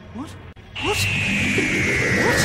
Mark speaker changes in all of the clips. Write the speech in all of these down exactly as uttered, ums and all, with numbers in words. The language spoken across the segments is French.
Speaker 1: What? What? What?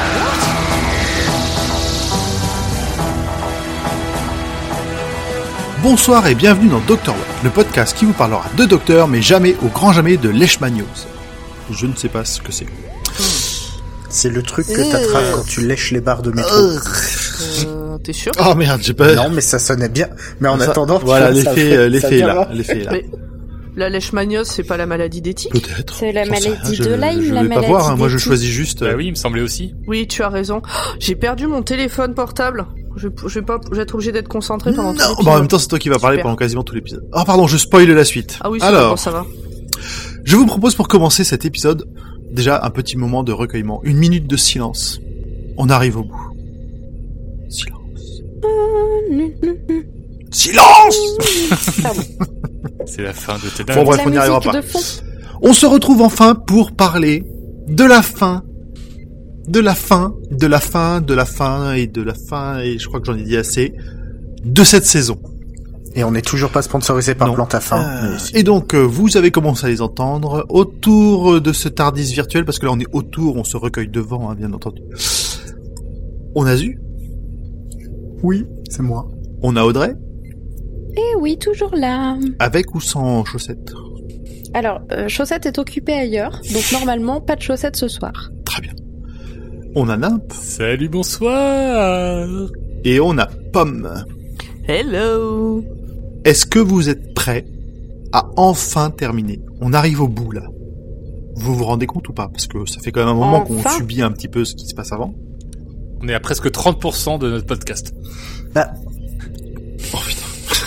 Speaker 2: Bonsoir et bienvenue dans Doctor Who, le podcast qui vous parlera de docteur, mais jamais au grand jamais de leishmaniose. Je ne sais pas ce que c'est.
Speaker 3: C'est le truc que t'attrapes quand tu lèches les barres de métro.
Speaker 4: Euh, t'es sûr?
Speaker 2: Oh merde, j'ai pas...
Speaker 3: Non, mais ça sonnait bien. Mais en
Speaker 2: ça...
Speaker 3: attendant...
Speaker 2: Voilà,
Speaker 3: vois,
Speaker 2: l'effet,
Speaker 3: fait,
Speaker 2: l'effet est là. L'effet est là.
Speaker 4: Mais la leishmaniose, c'est pas la maladie d'éthique?
Speaker 2: Peut-être.
Speaker 5: C'est la
Speaker 2: J'en sais
Speaker 5: maladie
Speaker 2: rien,
Speaker 5: de
Speaker 2: je,
Speaker 5: Lyme,
Speaker 2: je
Speaker 5: la
Speaker 2: vais
Speaker 5: maladie
Speaker 2: pas voir, hein. Moi je
Speaker 5: d'éthique.
Speaker 2: choisis juste...
Speaker 6: Bah oui, il me semblait aussi.
Speaker 4: Oui, tu as raison. Oh, j'ai perdu mon téléphone portable. Je, je vais pas, je vais être obligé d'être concentré pendant tout
Speaker 2: Non,
Speaker 4: l'épisode.
Speaker 2: bah en même temps c'est toi qui vas parler
Speaker 4: Super.
Speaker 2: pendant quasiment tout l'épisode. Ah oh, pardon, je spoil la suite.
Speaker 4: Ah oui, c'est
Speaker 2: Alors,
Speaker 4: bon, ça va.
Speaker 2: je vous propose pour commencer cet épisode, déjà un petit moment de recueillement. Une minute de silence. On arrive au bout. Silence. Silence.
Speaker 5: Pardon.
Speaker 6: C'est la fin de tes
Speaker 2: Bon,
Speaker 6: dingues.
Speaker 2: bref,
Speaker 5: La
Speaker 2: on n'y arrivera
Speaker 5: musique
Speaker 2: pas.
Speaker 5: de fond.
Speaker 2: On se retrouve enfin pour parler de la fin, de la fin, de la fin, de la fin, et de la fin, et je crois que j'en ai dit assez, de cette saison.
Speaker 3: Et on n'est toujours pas sponsorisé par
Speaker 2: Non.
Speaker 3: Plantafin.
Speaker 2: Euh,
Speaker 3: mais si.
Speaker 2: et donc, euh, vous avez commencé à les entendre autour de ce Tardis virtuel, parce que là on est autour, on se recueille devant, hein, bien entendu. On a Zu,
Speaker 3: Oui, c'est moi.
Speaker 2: on a Audrey,
Speaker 5: Eh oui, toujours là.
Speaker 2: avec ou sans chaussettes.
Speaker 5: Alors, euh, Chaussette est occupée ailleurs, donc normalement, pas de chaussettes ce soir.
Speaker 2: Très bien. On a Nymphe,
Speaker 6: Salut, bonsoir.
Speaker 2: et on a Pomme.
Speaker 4: Hello.
Speaker 2: Est-ce que vous êtes prêts à enfin terminer? On arrive au bout, là. Vous vous rendez compte ou pas? Parce que ça fait quand même un moment qu'on
Speaker 5: Enfin
Speaker 2: subit un petit peu ce qui se passe avant.
Speaker 6: On est à presque trente pour cent de notre podcast.
Speaker 3: Bah,
Speaker 2: Oh putain.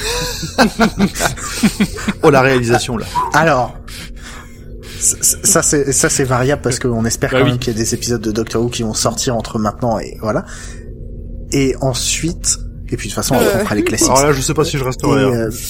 Speaker 2: Oh la réalisation, là.
Speaker 3: alors... c- c- Ça c'est ça c'est variable parce qu'on espère
Speaker 6: Bah
Speaker 3: quand
Speaker 6: oui.
Speaker 3: même qu'il y a des épisodes de Doctor Who qui vont sortir entre maintenant et voilà. Et ensuite, et puis de toute façon on
Speaker 5: Euh.
Speaker 3: fera les classiques.
Speaker 2: Alors là, je sais pas si je
Speaker 3: Et,
Speaker 2: resterai. hein.
Speaker 3: euh,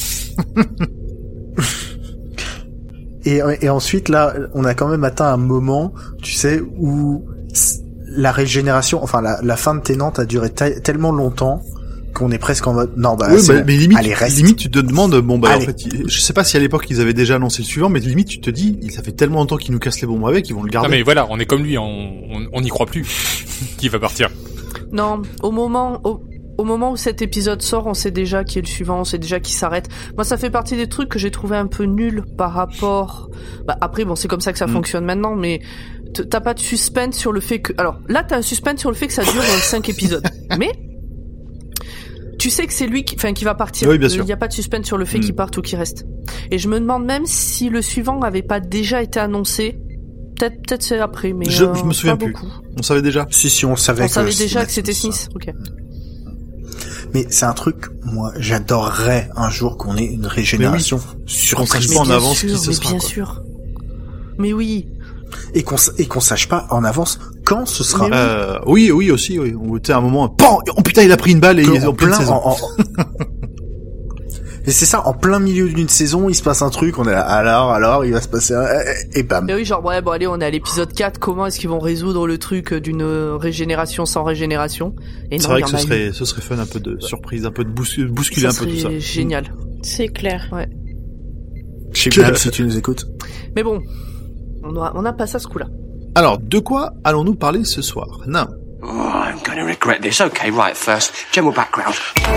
Speaker 3: et, et ensuite, là, on a quand même atteint un moment, tu sais, où la régénération, enfin, la, la fin de Tennant a duré te- tellement longtemps qu'on est presque en mode, non, bah,
Speaker 2: oui,
Speaker 3: c'est
Speaker 2: bah,
Speaker 3: bon.
Speaker 2: mais limite,
Speaker 3: Allez, reste.
Speaker 2: limite, tu te demandes, bon, bah,
Speaker 3: Allez.
Speaker 2: en fait, il- je sais pas si à l'époque ils avaient déjà annoncé le suivant, mais limite, tu te dis, ça fait tellement longtemps qu'ils nous cassent les bonbons avec, ils vont le garder.
Speaker 6: Non mais voilà, on est comme lui, on on, on y croit plus. Qui va partir?
Speaker 4: Non, au moment, au, au moment où cet épisode sort, on sait déjà qui est le suivant, on sait déjà qui s'arrête. Moi, ça fait partie des trucs que j'ai trouvé un peu nuls par rapport. Bah, après, bon, c'est comme ça que ça
Speaker 2: Mm.
Speaker 4: fonctionne maintenant, mais t- t'as pas de suspense sur le fait que. Alors là, t'as un suspense sur le fait que ça dure euh, cinq épisodes, mais tu sais que c'est lui qui, enfin, qui va partir.
Speaker 2: Oui, bien sûr.
Speaker 4: Il y a pas de suspense sur le fait
Speaker 2: Mm.
Speaker 4: qu'il parte ou qu'il reste. Et je me demande même si le suivant avait pas déjà été annoncé. Peut-être, peut-être c'est après, mais
Speaker 2: Je-
Speaker 4: euh,
Speaker 2: je me souviens
Speaker 4: pas
Speaker 2: plus.
Speaker 4: beaucoup.
Speaker 2: On savait déjà.
Speaker 3: Si, si, on savait
Speaker 4: On
Speaker 3: que
Speaker 4: savait
Speaker 3: c'était
Speaker 4: déjà que c'était
Speaker 3: Smith.
Speaker 4: Smith. Ok.
Speaker 3: Mais c'est un truc, moi, j'adorerais un jour qu'on ait une régénération
Speaker 2: Qu'on sache
Speaker 3: surprise.
Speaker 2: pas en
Speaker 4: bien
Speaker 2: avance
Speaker 4: sûr,
Speaker 2: qui ce
Speaker 4: mais
Speaker 2: sera,
Speaker 4: bien
Speaker 2: quoi.
Speaker 4: sûr. Mais oui.
Speaker 3: Et qu'on, s- et qu'on sache pas en avance quand ce sera.
Speaker 4: Mais
Speaker 2: Euh, oui, oui, aussi, oui. On était à un moment, pan! Oh putain, il a pris une balle et
Speaker 3: Que
Speaker 2: il est en pleine
Speaker 3: plein,
Speaker 2: saison.
Speaker 3: en- en- Et c'est ça, en plein milieu d'une saison, il se passe un truc, on est là, alors, alors, il va se passer un... Et bam.
Speaker 4: Mais oui, genre, ouais, bon, allez, on est à l'épisode quatre, comment est-ce qu'ils vont résoudre le truc d'une régénération sans régénération? Et
Speaker 2: C'est
Speaker 4: non,
Speaker 2: vrai
Speaker 4: il y
Speaker 2: que
Speaker 4: en
Speaker 2: ce
Speaker 4: a
Speaker 2: serait, ce serait fun, un peu de surprise, un peu de bouscu- bousculer
Speaker 4: ça
Speaker 2: un peu tout ça.
Speaker 4: serait génial.
Speaker 5: C'est clair.
Speaker 3: Chez
Speaker 2: Que-
Speaker 3: Gab, si tu nous écoutes.
Speaker 4: Mais bon, on a, on a pas ça ce coup-là.
Speaker 2: Alors, de quoi allons-nous parler ce soir? Non.
Speaker 1: Oh, I'm gonna regret this. Okay, right, first, general background.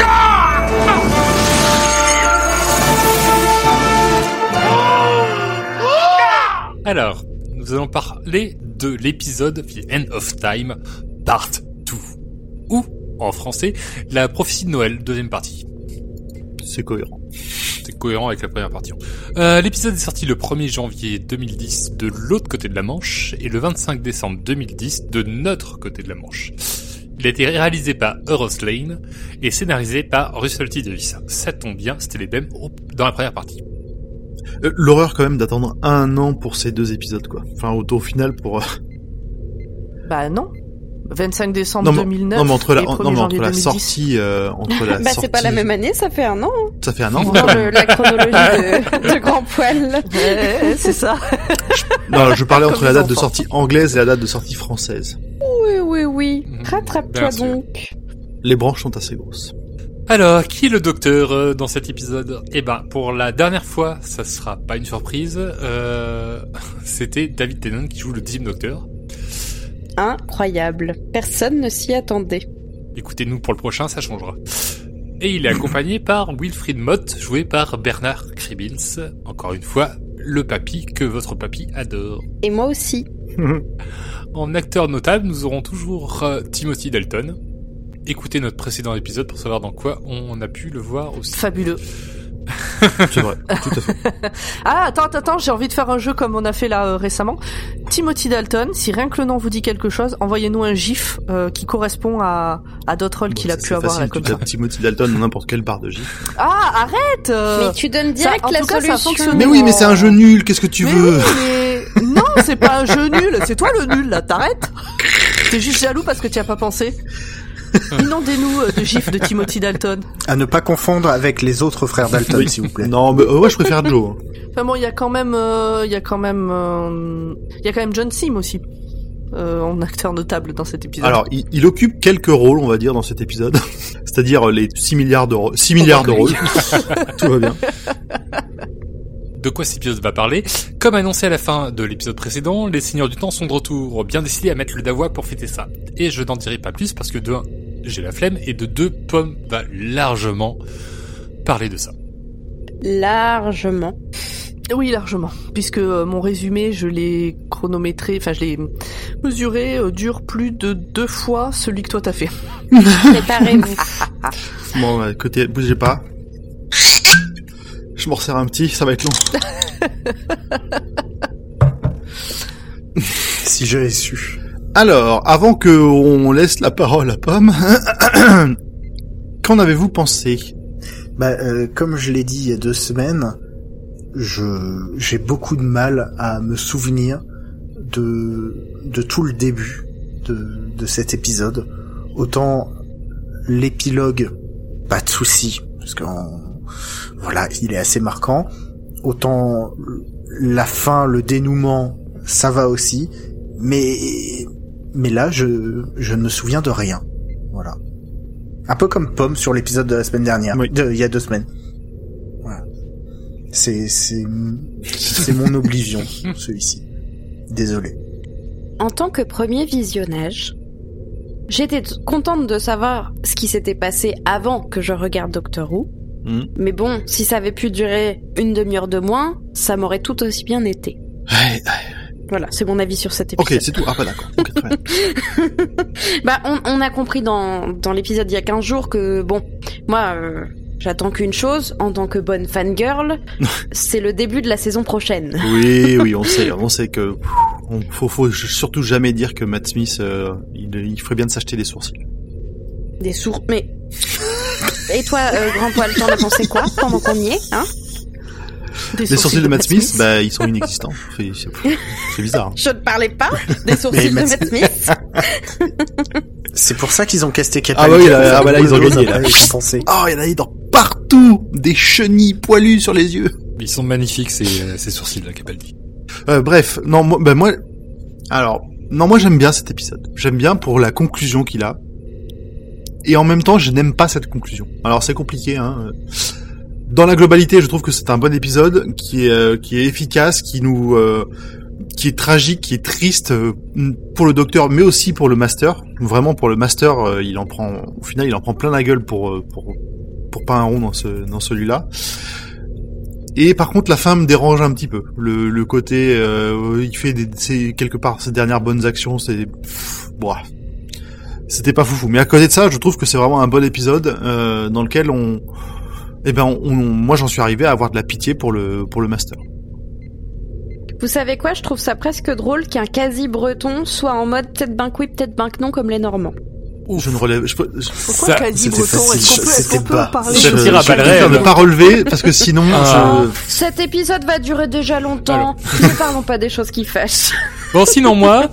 Speaker 6: Alors, nous allons parler de l'épisode The End of Time, Part deux. Ou, en français, la prophétie de Noël, deuxième partie.
Speaker 2: C'est cohérent.
Speaker 6: C'est cohérent avec la première partie. Euh, l'épisode est sorti le premier janvier deux mille dix de l'autre côté de la Manche et le vingt-cinq décembre deux mille dix de notre côté de la Manche. Il a été réalisé par Euros Lane et scénarisé par Russell T Davies. Ça tombe bien, c'était les mêmes dans la première partie.
Speaker 2: Euh, L'horreur quand même d'attendre un an pour ces deux épisodes, quoi. Enfin, au, au final, pour... euh,
Speaker 4: Bah non. vingt-cinq décembre
Speaker 2: Non, mais,
Speaker 4: deux mille neuf
Speaker 2: non, mais entre la,
Speaker 4: et
Speaker 2: non,
Speaker 4: premier
Speaker 2: mais
Speaker 4: janvier
Speaker 2: entre la
Speaker 4: deux mille dix.
Speaker 2: sortie, euh, entre la
Speaker 5: Bah,
Speaker 2: sortie...
Speaker 5: c'est pas la même année, ça fait un an. hein.
Speaker 2: Ça fait un an.
Speaker 5: Dans
Speaker 2: hein.
Speaker 5: le- la chronologie de, de Grand Poil.
Speaker 4: Ouais, c'est ça.
Speaker 2: Non, je parlais entre
Speaker 4: Comme
Speaker 2: la
Speaker 4: les
Speaker 2: date de
Speaker 4: enfants.
Speaker 2: sortie anglaise et la date de sortie française.
Speaker 5: Oui, oui, oui.
Speaker 6: Mhm.
Speaker 5: Rattrape-toi
Speaker 6: Bien sûr.
Speaker 5: donc.
Speaker 2: Les branches sont assez grosses.
Speaker 6: Alors, qui est le docteur euh, dans cet épisode ? Eh ben, pour la dernière fois, ça sera pas une surprise. Euh, c'était David Tennant qui joue le dixième docteur.
Speaker 5: Incroyable. Personne ne s'y attendait.
Speaker 6: Écoutez-nous pour le prochain, ça changera. Et il est accompagné par Wilfried Mott, joué par Bernard Cribbins. Encore une fois, le papy que votre papy adore.
Speaker 5: Et moi aussi.
Speaker 6: En acteur notable, nous aurons toujours euh, Timothy Dalton. Écoutez notre précédent épisode pour savoir dans quoi on a pu le voir aussi.
Speaker 4: Fabuleux.
Speaker 2: C'est vrai, tout à fait.
Speaker 4: Ah, attends, attends, attends, j'ai envie de faire un jeu comme on a fait là euh, récemment. Timothy Dalton, si rien que le nom vous dit quelque chose, envoyez-nous un gif euh, qui correspond à, à d'autres rôles
Speaker 2: Bon,
Speaker 4: qu'il a
Speaker 2: c'est
Speaker 4: pu avoir à la
Speaker 2: facile, tu
Speaker 4: comédie.
Speaker 2: tapes Timothy Dalton dans n'importe quelle barre de gif.
Speaker 4: Ah, arrête euh,
Speaker 5: Mais tu donnes direct
Speaker 4: ça- en
Speaker 5: la
Speaker 4: tout cas, ça a
Speaker 5: solution.
Speaker 4: fonctionné.
Speaker 2: Mais oui, mais c'est un jeu nul, qu'est-ce que tu
Speaker 4: mais
Speaker 2: veux
Speaker 4: oui, mais... Non, c'est pas un jeu nul, c'est toi le nul là, t'arrêtes. T'es juste jaloux parce que tu y as pas pensé. Inondez-nous euh, de gifs de Timothy Dalton.
Speaker 3: À ne pas confondre avec les autres frères Dalton,
Speaker 2: Oui.
Speaker 3: s'il vous plaît.
Speaker 2: Non, mais euh, ouais, je préfère Joe. hein.
Speaker 4: Enfin bon, il y a quand même, euh, il y a quand même, euh, il y a quand même John Sim aussi, euh, en acteur notable dans cet épisode.
Speaker 2: Alors, il, il occupe quelques rôles, on va dire, dans cet épisode. C'est-à-dire les six milliards de rôles. six milliards de rôles. Tout va bien.
Speaker 6: De quoi cet épisode va parler ? Comme annoncé à la fin de l'épisode précédent, les Seigneurs du Temps sont de retour, bien décidés à mettre le Dawa pour fêter ça. Et je n'en dirai pas plus parce que de un, j'ai la flemme, et de deux, Pomme va largement parler de ça.
Speaker 5: Largement.
Speaker 4: Oui, largement, puisque euh, mon résumé, je l'ai chronométré, enfin je l'ai mesuré, euh, dure plus de deux fois celui que toi t'as fait.
Speaker 5: Préparez-vous.
Speaker 2: Bon, bah, côté, bougez pas. Je m'en resserre un petit, ça va être long.
Speaker 3: Si j'avais su.
Speaker 2: Alors, avant que on laisse la parole à Pomme, qu'en avez-vous pensé ?
Speaker 3: Bah, euh, comme je l'ai dit il y a deux semaines, je j'ai beaucoup de mal à me souvenir de de tout le début de de cet épisode. Autant l'épilogue, pas de souci, parce que voilà, il est assez marquant. Autant la fin, le dénouement, ça va aussi. Mais mais là, je je ne me souviens de rien. Voilà. Un peu comme Pomme sur l'épisode de la semaine dernière,
Speaker 2: Oui.
Speaker 3: de, il y a deux semaines. Voilà. C'est c'est c'est mon oblivion, celui-ci. Désolé.
Speaker 5: En tant que premier visionnage, j'étais t- contente de savoir ce qui s'était passé avant que je regarde Doctor Who.
Speaker 2: Hmm.
Speaker 5: Mais bon, si ça avait pu durer une demi-heure de moins, ça m'aurait tout aussi bien été.
Speaker 2: Ouais,
Speaker 5: Voilà, c'est mon avis sur cet
Speaker 2: ok,
Speaker 5: épisode.
Speaker 2: c'est tout. Ah, pas d'accord. Ok, très bien.
Speaker 5: Bah, on, on a compris dans, dans l'épisode il y a quinze jours que, bon, moi, euh, j'attends qu'une chose, en tant que bonne fangirl, c'est le début de la saison prochaine.
Speaker 2: Oui, oui, on sait, on sait que pff, on, faut, faut surtout jamais dire que Matt Smith, euh, il, il ferait bien de s'acheter des sourcils.
Speaker 5: Des sourds... Mais... Et toi, euh, Grand Poil, t'en as pensé quoi pendant qu'on y est, hein?
Speaker 4: Des
Speaker 2: Les sourcils de Matt Smith, bah, ils sont inexistants. C'est, c'est, c'est bizarre. hein.
Speaker 5: Je ne parlais pas des sourcils de
Speaker 3: Mais
Speaker 5: Matt Smith.
Speaker 3: C'est pour ça qu'ils ont casté Capaldi.
Speaker 2: Ah bah oui, là, ah bah là, ils ont gagné, là.
Speaker 3: Ils ont pensé.
Speaker 2: Oh, il y en a des dans partout! Des chenilles poilues sur les yeux.
Speaker 6: Ils sont magnifiques, ces, ces sourcils là, Capaldi.
Speaker 2: Euh, bref, non, moi, bah, moi, alors, non, moi j'aime bien cet épisode. J'aime bien pour la conclusion qu'il a. Et en même temps, je n'aime pas cette conclusion. Alors, c'est compliqué, hein. Dans la globalité, je trouve que c'est un bon épisode qui est, euh, qui est efficace, qui nous, euh, qui est tragique, qui est triste euh, pour le docteur, mais aussi pour le master. Vraiment pour le master, euh, il en prend, au final, il en prend plein la gueule pour, euh, pour, pour pas un rond dans ce, dans celui-là. Et par contre, la fin me dérange un petit peu. Le, le côté, euh, il fait des, c'est quelque part ses dernières bonnes actions, c'est, pff, bon, c'était pas foufou. Mais à côté de ça, je trouve que c'est vraiment un bon épisode euh, dans lequel on, eh ben, on, on, moi, j'en suis arrivé à avoir de la pitié pour le, pour le master.
Speaker 5: Vous savez quoi? Je trouve ça presque drôle qu'un quasi-breton soit en mode peut-être ben que oui, peut-être ben que non, comme les Normands.
Speaker 2: Je ne relève, je peux, je,
Speaker 4: Pourquoi
Speaker 6: Ça,
Speaker 4: quasi
Speaker 3: c'était
Speaker 4: breton?
Speaker 3: facile,
Speaker 4: Est-ce qu'on peut, est-ce
Speaker 3: c'était
Speaker 4: qu'on peut
Speaker 3: bas.
Speaker 4: parler
Speaker 6: Je
Speaker 2: je,
Speaker 6: tire à
Speaker 2: je
Speaker 6: balles
Speaker 2: préfère
Speaker 6: réelles.
Speaker 2: ne pas relever parce que sinon,
Speaker 6: Ah.
Speaker 2: je,
Speaker 5: Cet épisode va durer déjà longtemps. Ne parlons pas des choses qui fâchent.
Speaker 6: Bon, sinon moi,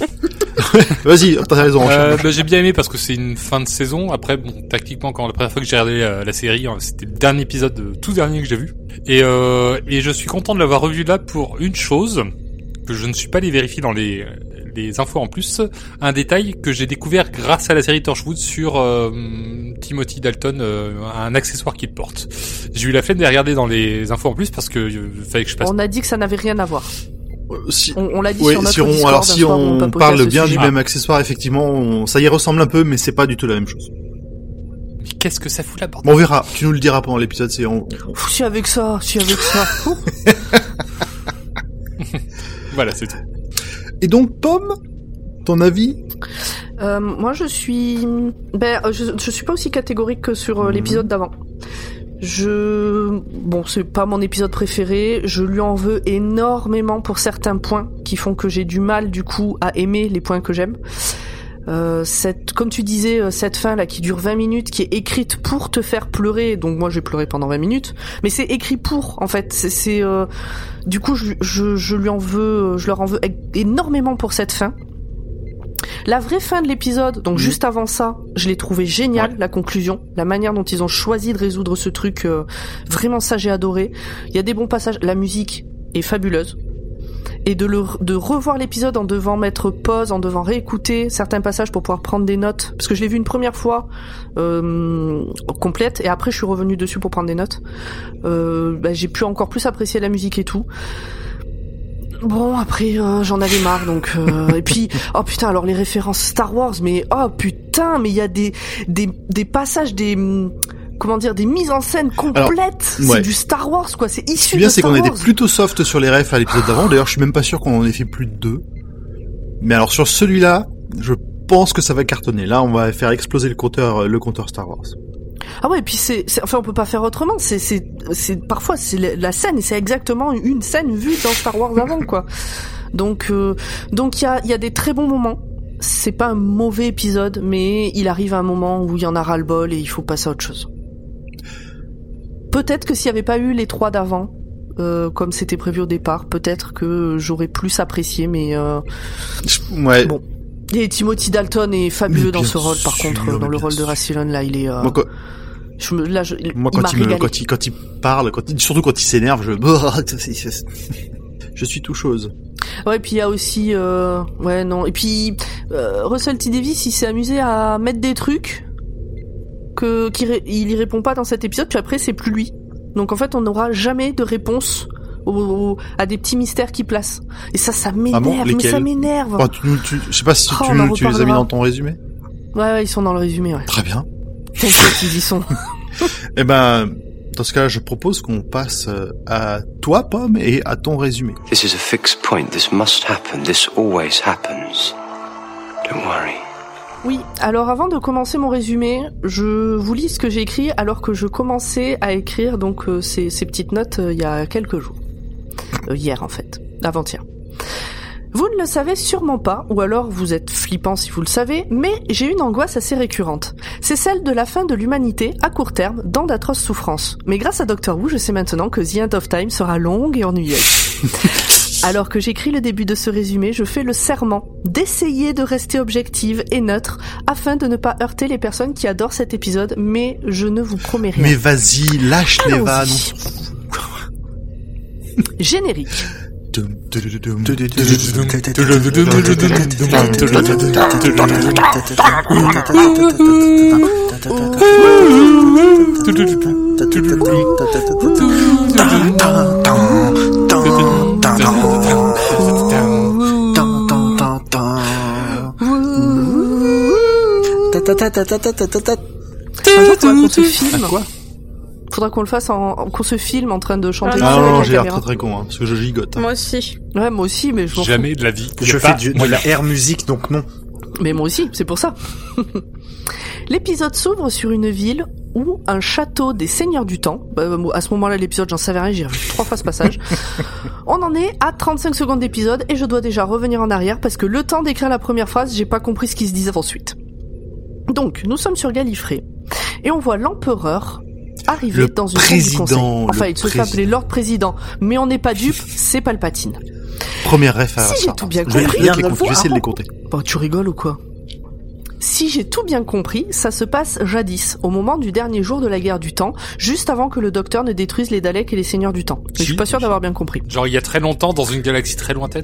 Speaker 2: vas-y, t'as raison. enchaîne.
Speaker 6: euh, bah, j'ai bien aimé parce que c'est une fin de saison. Après, bon, tactiquement, quand la première fois que j'ai regardé euh, la série, hein, c'était le dernier épisode, euh, tout dernier que j'ai vu. Et, euh, et je suis content de l'avoir revu là pour une chose que je ne suis pas allé vérifier dans les, les infos en plus, un détail que j'ai découvert grâce à la série Torchwood sur euh, Timothy Dalton, euh, un accessoire qu'il porte. J'ai eu la flemme de regarder dans les infos en plus parce que euh, fallait que je passe.
Speaker 4: On a dit que ça n'avait rien à voir.
Speaker 2: Si,
Speaker 4: on, on l'a dit
Speaker 2: ouais,
Speaker 4: sur notre
Speaker 2: si on,
Speaker 4: Discord.
Speaker 2: alors si
Speaker 4: soir,
Speaker 2: on,
Speaker 4: on
Speaker 2: parle bien du
Speaker 6: sujet.
Speaker 2: même accessoire, effectivement, on, ça y ressemble un peu, mais c'est pas du tout la même chose.
Speaker 6: Mais qu'est-ce que ça fout là, bordel?
Speaker 2: Bon, on verra. Tu nous le diras pendant l'épisode. C'est on. on...
Speaker 4: Pff, si avec ça, si avec ça.
Speaker 6: Voilà, c'est tout.
Speaker 2: Et donc, Pomme, ton avis?
Speaker 4: Euh, moi, je suis, ben, je, je suis pas aussi catégorique que sur euh, l'épisode d'avant. Je, bon, c'est pas mon épisode préféré. Je lui en veux énormément pour certains points qui font que j'ai du mal, du coup, à aimer les points que j'aime. Euh, cette, comme tu disais, cette fin là qui dure vingt minutes, qui est écrite pour te faire pleurer. Donc moi, j'ai pleuré pendant vingt minutes, mais c'est écrit pour, en fait. C'est, c'est euh, du coup, je, je, je lui en veux, je leur en veux énormément pour cette fin. La vraie fin de l'épisode, donc mmh. juste avant ça, je l'ai trouvé génial, ouais. La conclusion, la manière dont ils ont choisi de résoudre ce truc, euh, vraiment ça j'ai adoré. Il y a des bons passages, la musique est fabuleuse. Et de, le, de revoir l'épisode en devant mettre pause, en devant réécouter certains passages pour pouvoir prendre des notes, parce que je l'ai vu une première fois euh, complète, et après je suis revenue dessus pour prendre des notes. Euh, bah, j'ai pu encore plus apprécier la musique et tout. Bon, après, euh, j'en avais marre, donc... Euh, et puis, oh putain, alors les références Star Wars, mais... Oh putain, mais il y a des, des, des passages, des... Comment dire, des mises en scène complètes. Alors, c'est ouais. du Star Wars, quoi. C'est issu de Star Wars. Ce qui est bien, c'est qu'on était plutôt
Speaker 2: soft sur les refs à l'épisode d'avant. D'ailleurs, je suis même pas sûr qu'on en ait fait plus de deux. Mais alors, sur celui-là, je pense que ça va cartonner. Là, on va faire exploser le compteur, le compteur Star Wars.
Speaker 4: Ah ouais, et puis c'est, c'est, enfin on peut pas faire autrement. C'est, c'est, c'est parfois c'est la, la scène et c'est exactement une scène vue dans Star Wars avant, quoi. Donc, euh, donc il y a, il y a des très bons moments. C'est pas un mauvais épisode, mais il arrive un moment où il y en a ras le bol et il faut passer à autre chose. Peut-être que s'il y avait pas eu les trois d'avant, euh, comme c'était prévu au départ, peut-être que j'aurais plus apprécié, mais euh,
Speaker 2: ouais.
Speaker 4: Bon. Et Timothy Dalton est fabuleux dans ce rôle, par sûr, contre, dans le rôle sûr. de Rassilon, là, il est... Euh...
Speaker 2: Moi, quand...
Speaker 4: Je me, là, je...
Speaker 2: Moi, quand il, il me, quand il, quand il parle, quand il, surtout quand il s'énerve, je... je suis tout chose.
Speaker 4: Ouais, et puis il y a aussi... Euh... Ouais, non, et puis euh, Russell T. Davies, il s'est amusé à mettre des trucs que qu'il ré... il y répond pas dans cet épisode, puis après, c'est plus lui. Donc en fait, on n'aura jamais de réponse... Au, au, à des petits mystères qui placent. Et ça, ça m'énerve, ah bon, mais ça m'énerve.
Speaker 2: Oh, tu, tu, je sais pas si oh, tu, tu les as mis dans ton résumé.
Speaker 4: Ouais, ouais, ils sont dans le résumé, ouais.
Speaker 2: Très bien.
Speaker 4: T'inquiète, ils y sont.
Speaker 2: Eh ben, dans ce cas, je propose qu'on passe à toi, Pomme, et à ton résumé.
Speaker 1: This is a fixed point. This must happen. This always happens. Don't worry.
Speaker 4: Oui, alors avant de commencer mon résumé, je vous lis ce que j'ai écrit alors que je commençais à écrire donc euh, ces, ces petites notes euh, il y a quelques jours. Euh, hier en fait, avant-hier. Vous ne le savez sûrement pas, ou alors vous êtes flippant si vous le savez, mais j'ai une angoisse assez récurrente. C'est celle de la fin de l'humanité à court terme dans d'atroces souffrances. Mais grâce à Doctor Who, je sais maintenant que The End of Time sera longue et ennuyeuse. Alors que j'écris le début de ce résumé, je fais le serment d'essayer de rester objective et neutre afin de ne pas heurter les personnes qui adorent cet épisode, mais je ne vous promets rien.
Speaker 2: Mais vas-y, lâche les vannes.
Speaker 4: Générique.
Speaker 2: Quoi?
Speaker 4: Faudra qu'on le fasse en, qu'on se filme en train de chanter.
Speaker 2: Ah non, non, j'ai l'air très très con, hein, parce que je gigote. Hein.
Speaker 5: Moi aussi.
Speaker 4: Ouais, moi aussi, mais je m'en
Speaker 6: Jamais de la vie.
Speaker 3: Je fais du, de la air musique, donc non.
Speaker 4: Mais moi aussi, c'est pour ça. L'épisode s'ouvre sur une ville où un château des seigneurs du temps, bah, à ce moment-là, l'épisode, j'en savais rien, j'ai revu trois fois ce passage. On en est à trente-cinq secondes d'épisode et je dois déjà revenir en arrière parce que le temps d'écrire la première phrase, j'ai pas compris ce qui se disait ensuite. Donc, nous sommes sur Gallifrey et on voit l'empereur arriver
Speaker 2: le
Speaker 4: dans une
Speaker 2: président,
Speaker 4: salle du conseil. Enfin, il se
Speaker 2: président.
Speaker 4: fait appeler Lord Président, mais on n'est pas dupe, c'est Palpatine.
Speaker 2: Première ref à
Speaker 4: Si j'ai tout bien
Speaker 2: je vais,
Speaker 4: compris,
Speaker 2: je vais, je vais essayer de les compter.
Speaker 4: Bon, tu rigoles ou quoi? Si j'ai tout bien compris, ça se passe jadis, au moment du dernier jour de la guerre du temps, juste avant que le Docteur ne détruise les Daleks et les Seigneurs du temps. Mais si, je suis pas sûr d'avoir bien compris.
Speaker 6: Genre il y a très longtemps, dans une galaxie très lointaine?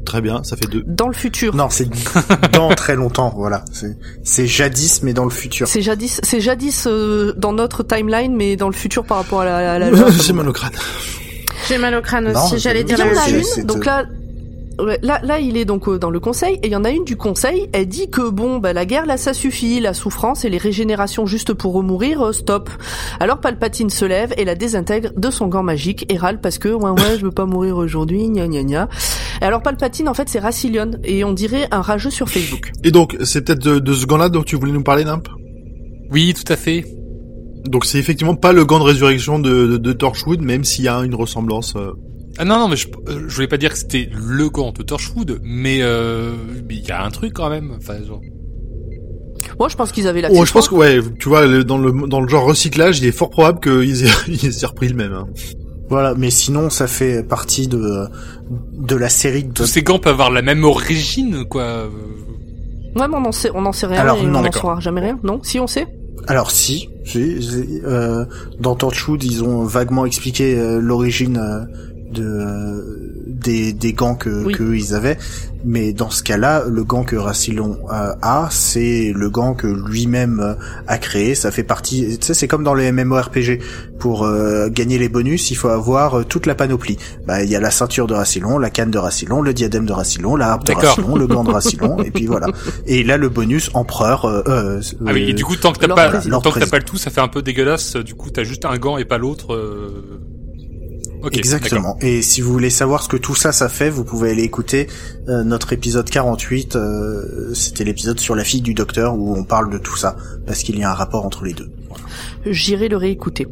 Speaker 2: Très bien, ça fait deux.
Speaker 4: Dans le futur.
Speaker 3: Non, c'est dans très longtemps, voilà. C'est, c'est jadis, mais dans le futur.
Speaker 4: C'est jadis, c'est jadis euh, dans notre timeline, mais dans le futur par rapport à la... À la
Speaker 2: J'ai mal au crâne.
Speaker 5: J'ai mal au crâne
Speaker 3: Non,
Speaker 5: aussi, j'allais
Speaker 3: c'est-
Speaker 5: dire
Speaker 4: Il y
Speaker 5: la
Speaker 4: en
Speaker 5: même
Speaker 4: a
Speaker 3: c'est-
Speaker 5: chose.
Speaker 3: c'est
Speaker 4: une, donc
Speaker 3: de-
Speaker 4: là... Ouais, là, là, il est donc euh, dans le conseil, et il y en a une du conseil, elle dit que bon, bah, la guerre, là, ça suffit, la souffrance et les régénérations juste pour remourir, euh, stop. Alors Palpatine se lève et la désintègre de son gant magique et râle parce que, ouais, ouais, je veux pas mourir aujourd'hui, gna gna gna. Et alors Palpatine, en fait, c'est Rassilon, et on dirait un rageux sur Facebook.
Speaker 2: Et donc, c'est peut-être de, de ce gant-là dont tu voulais nous parler, Nimp?
Speaker 6: Oui, tout à fait.
Speaker 2: Donc c'est effectivement pas le gant de résurrection de, de, de Torchwood, même s'il y a une ressemblance. Euh...
Speaker 6: Ah non, non, mais je, euh, je voulais pas dire que c'était le gant de Torchwood, mais euh, mais il y a un truc quand même. Enfin, genre...
Speaker 4: Moi, je pense qu'ils avaient la
Speaker 2: Oh, je pense que ouais, tu vois, le- dans le dans le genre recyclage, il est fort probable qu'ils aient, ils aient repris le même. Hein.
Speaker 3: Voilà, mais sinon, ça fait partie de de la série de...
Speaker 6: Tous ces gants peuvent avoir la même origine, quoi.
Speaker 4: Ouais, mais on en sait, on en sait rien,
Speaker 3: Alors,
Speaker 4: et
Speaker 3: non,
Speaker 4: on n'en
Speaker 2: d'accord.
Speaker 4: saura jamais rien, non? Si on sait?
Speaker 3: Alors si, si, si, euh, dans Torchwood, ils ont vaguement expliqué euh, l'origine euh, de euh, des des gants que
Speaker 4: Oui.
Speaker 3: que ils avaient, mais dans ce cas-là, le gant que Rassilon euh, a, c'est le gant que lui-même euh, a créé. Ça fait partie, tu sais, c'est comme dans les MMORPG. Pour euh, gagner les bonus, il faut avoir euh, toute la panoplie. Bah, il y a la ceinture de Rassilon, la canne de Rassilon, le diadème de Rassilon, la harpe de
Speaker 6: D'accord.
Speaker 3: Rassilon, le gant de Rassilon, et puis voilà. Et là, le bonus empereur. Euh, euh,
Speaker 6: Ah oui, et du coup, tant que t'as
Speaker 4: Lord
Speaker 6: pas,
Speaker 3: Président.
Speaker 6: tant que t'as pas le tout, ça fait un peu dégueulasse. Du coup, t'as juste un gant et pas l'autre. Euh... Ok,
Speaker 3: Exactement. Et si vous voulez savoir ce que tout ça, ça fait, vous pouvez aller écouter euh, notre épisode quarante-huit. Euh, c'était l'épisode sur la fille du docteur où on parle de tout ça parce qu'il y a un rapport entre les deux.
Speaker 4: J'irai le réécouter.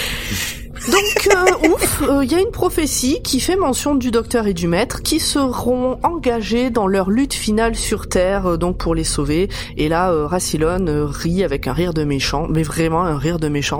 Speaker 4: Donc, euh, ouf, il euh, y a une prophétie qui fait mention du docteur et du maître qui seront engagés dans leur lutte finale sur Terre, euh, donc pour les sauver. Et là, euh, Rassilon euh, rit avec un rire de méchant, mais vraiment un rire de méchant.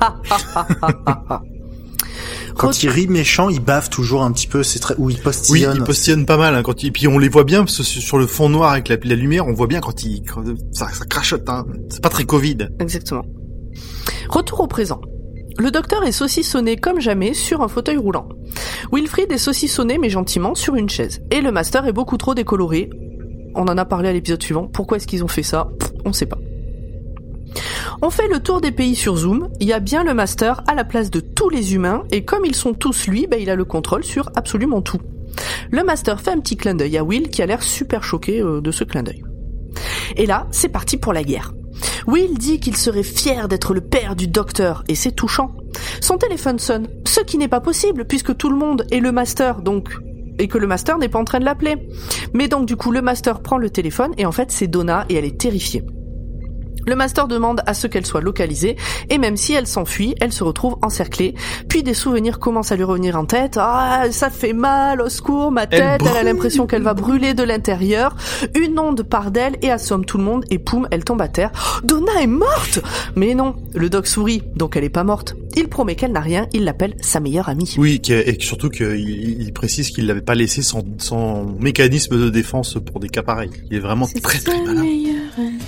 Speaker 3: Quand il rit méchant, il bave toujours un petit peu, c'est très, ou il
Speaker 2: Oui,
Speaker 3: postillonne.
Speaker 2: ils postillonnent pas mal. Hein, quand ils... Puis on les voit bien parce que sur le fond noir avec la, la lumière, on voit bien quand ils, quand... ça, ça crachote. Hein. C'est pas très Covid.
Speaker 4: Exactement. Retour au présent. Le docteur est saucissonné comme jamais sur un fauteuil roulant. Wilfried est saucissonné mais gentiment sur une chaise. Et le master est beaucoup trop décoloré. On en a parlé à l'épisode suivant. Pourquoi est-ce qu'ils ont fait ça ? Pff, on sait pas. On fait le tour des pays sur Zoom. Il y a bien le master à la place de tous les humains. Et comme ils sont tous lui, ben, il a le contrôle sur absolument tout. Le master fait un petit clin d'œil à Will qui a l'air super choqué euh, de ce clin d'œil. Et là, c'est parti pour la guerre. Will dit qu'il serait fier d'être le père du docteur, et c'est touchant. Son téléphone sonne, ce qui n'est pas possible, puisque tout le monde est le master, donc... et que le master n'est pas en train de l'appeler. Mais donc du coup, le master prend le téléphone, et en fait, c'est Donna, et elle est terrifiée. Le master demande à ce qu'elle soit localisée, et même si elle s'enfuit, elle se retrouve encerclée. Puis des souvenirs commencent à lui revenir en tête. Ah, ça fait mal, au secours, ma tête, elle, elle a l'impression qu'elle va brûler de l'intérieur. Une onde part d'elle et assomme tout le monde, et poum, elle tombe à terre. Donna est morte! Mais non, le doc sourit, donc elle est pas morte. Il promet qu'elle n'a rien, il l'appelle sa meilleure amie.
Speaker 2: Oui, et surtout qu'il il précise qu'il l'avait pas laissé sans, sans mécanisme de défense pour des cas pareils. Il est vraiment
Speaker 5: C'est
Speaker 2: très
Speaker 5: sa
Speaker 2: très malin.
Speaker 5: meilleure amie.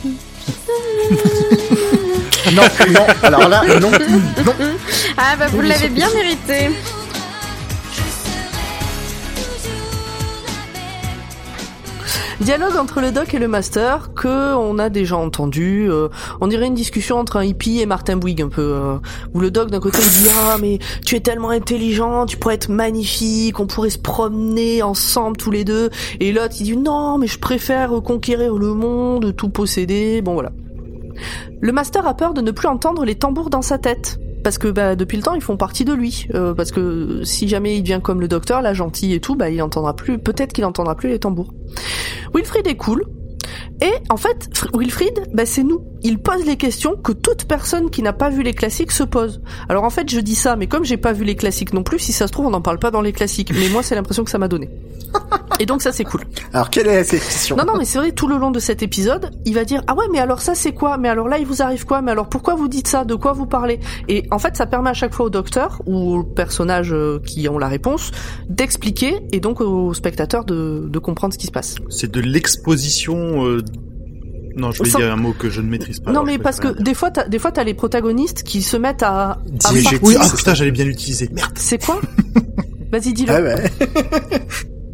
Speaker 3: Non, non, alors là, non, non.
Speaker 5: Ah bah vous l'avez bien mérité.
Speaker 4: Dialogue entre le doc et le master que on a déjà entendu. Euh, on dirait une discussion entre un hippie et Martin Bouygues un peu. Euh, où le doc d'un côté il dit ah mais tu es tellement intelligent, tu pourrais être magnifique, on pourrait se promener ensemble tous les deux. Et l'autre il dit non mais je préfère conquérir le monde, tout posséder. Bon voilà. Le master a peur de ne plus entendre les tambours dans sa tête. Parce que bah, depuis le temps ils font partie de lui. Euh, parce que si jamais il devient comme le docteur, là gentil et tout, bah il entendra plus. Peut-être qu'il entendra plus les tambours. Wilfried est cool. Et en fait, Wilfried, bah c'est nous. Il pose les questions que toute personne qui n'a pas vu les classiques se pose. Alors en fait, je dis ça, mais comme j'ai pas vu les classiques non plus, si ça se trouve, on n'en parle pas dans les classiques. Mais moi, c'est l'impression que ça m'a donné. Et donc ça, c'est cool.
Speaker 3: Alors, quelle est cette question?
Speaker 4: Non, non, mais c'est vrai, tout le long de cet épisode, il va dire « Ah ouais, mais alors ça, c'est quoi? Mais alors là, il vous arrive quoi? Mais alors pourquoi vous dites ça? De quoi vous parlez ?» Et en fait, ça permet à chaque fois au docteur, ou aux personnages qui ont la réponse, d'expliquer, et donc aux spectateurs de, de comprendre ce qui se passe.
Speaker 2: C'est de l'exposition... Euh... Non, je vais
Speaker 4: Sans...
Speaker 2: dire un mot que je ne maîtrise pas.
Speaker 4: Non,
Speaker 2: alors
Speaker 4: mais parce que des fois, t'as, des fois, t'as les protagonistes qui se mettent à... à
Speaker 3: Diégétique,
Speaker 2: oui, ah
Speaker 3: c'est
Speaker 2: putain,
Speaker 3: ça.
Speaker 2: j'allais bien l'utiliser. Merde.
Speaker 4: C'est quoi? Vas-y, dis-le.
Speaker 3: Ah ouais.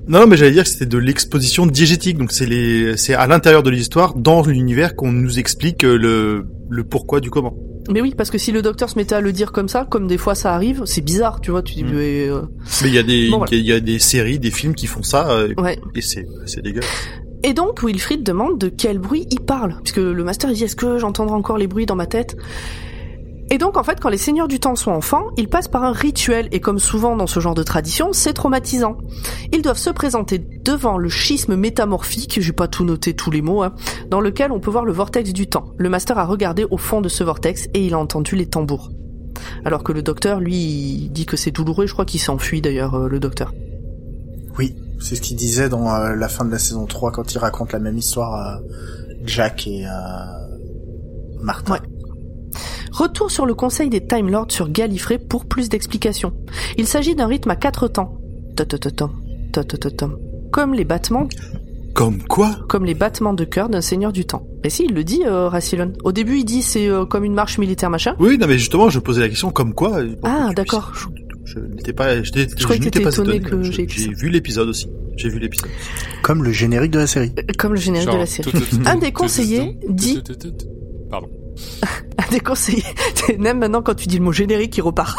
Speaker 2: Non, non, mais j'allais dire que c'était de l'exposition diégétique, donc c'est les, c'est à l'intérieur de l'histoire, dans l'univers, qu'on nous explique le, le pourquoi du comment.
Speaker 4: Mais oui, parce que si le docteur se mettait à le dire comme ça, comme des fois ça arrive, c'est bizarre, tu vois, tu dis,
Speaker 2: Mm.
Speaker 4: mais, euh...
Speaker 2: Mais il y a des,
Speaker 4: Bon, voilà.
Speaker 2: il y a des séries, des films qui font ça, euh,
Speaker 4: ouais.
Speaker 2: et c'est, c'est dégueulasse.
Speaker 4: Et donc, Wilfried demande de quel bruit il parle, puisque le master il dit, est-ce que j'entendrai encore les bruits dans ma tête? Et donc, en fait, quand les seigneurs du temps sont enfants, ils passent par un rituel, et comme souvent dans ce genre de tradition, c'est traumatisant. Ils doivent se présenter devant le schisme métamorphique, j'ai pas tout noté tous les mots, hein, dans lequel on peut voir le vortex du temps. Le master a regardé au fond de ce vortex, et il a entendu les tambours. Alors que le docteur, lui, il dit que c'est douloureux, je crois qu'il s'enfuit d'ailleurs, euh, le docteur.
Speaker 3: Oui, c'est ce qu'il disait dans euh, la fin de la saison trois, quand il raconte la même histoire à Jack et à Martin.
Speaker 4: Ouais. Retour sur le conseil des Time Lords sur Gallifrey pour plus d'explications. Il s'agit d'un rythme à quatre temps. Ta-ta-ta-tam, ta-ta-ta-tam. Comme les battements,
Speaker 2: Comme quoi?
Speaker 4: comme les battements de cœur d'un seigneur du temps. Mais si, il le dit, euh, Rassilon. Au début, il dit c'est euh, comme une marche militaire machin.
Speaker 2: Oui, non, mais justement, je posais la question comme quoi.
Speaker 4: Ah, d'accord.
Speaker 2: Je, je n'étais pas, je, n'étais-
Speaker 4: Je croyais que
Speaker 2: n'étais
Speaker 4: t'étais
Speaker 2: pas
Speaker 4: étonné
Speaker 2: étonné.
Speaker 4: que
Speaker 2: Je-
Speaker 4: j'ai écrit
Speaker 2: J'ai
Speaker 4: ça.
Speaker 2: vu l'épisode aussi. J'ai vu l'épisode.
Speaker 3: Comme le générique de la série.
Speaker 4: Euh, Comme le générique de la série. Un des conseillers dit-
Speaker 6: Pardon.
Speaker 4: Un des conseillers, même maintenant quand tu dis le mot générique, il repart.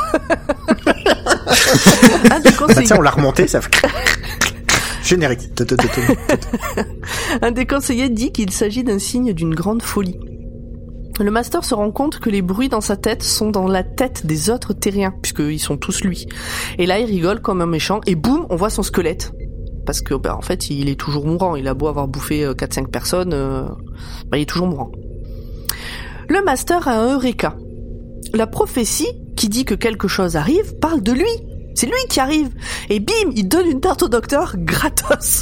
Speaker 4: Un des
Speaker 3: Bah
Speaker 4: conseillers,
Speaker 3: tiens, on l'a remonté, ça fait... Générique. Tut, tut, tut, tut.
Speaker 4: un des conseillers dit qu'il s'agit d'un signe d'une grande folie. Le master se rend compte que les bruits dans sa tête sont dans la tête des autres terriens, puisqu'ils sont tous lui. Et là, il rigole comme un méchant, et boum, on voit son squelette. Parce que, bah, en fait, il est toujours mourant. Il a beau avoir bouffé quatre cinq personnes, euh, bah, il est toujours mourant. Le master a un eureka. La prophétie, qui dit que quelque chose arrive, parle de lui. C'est lui qui arrive. Et bim, il donne une tarte au docteur, gratos.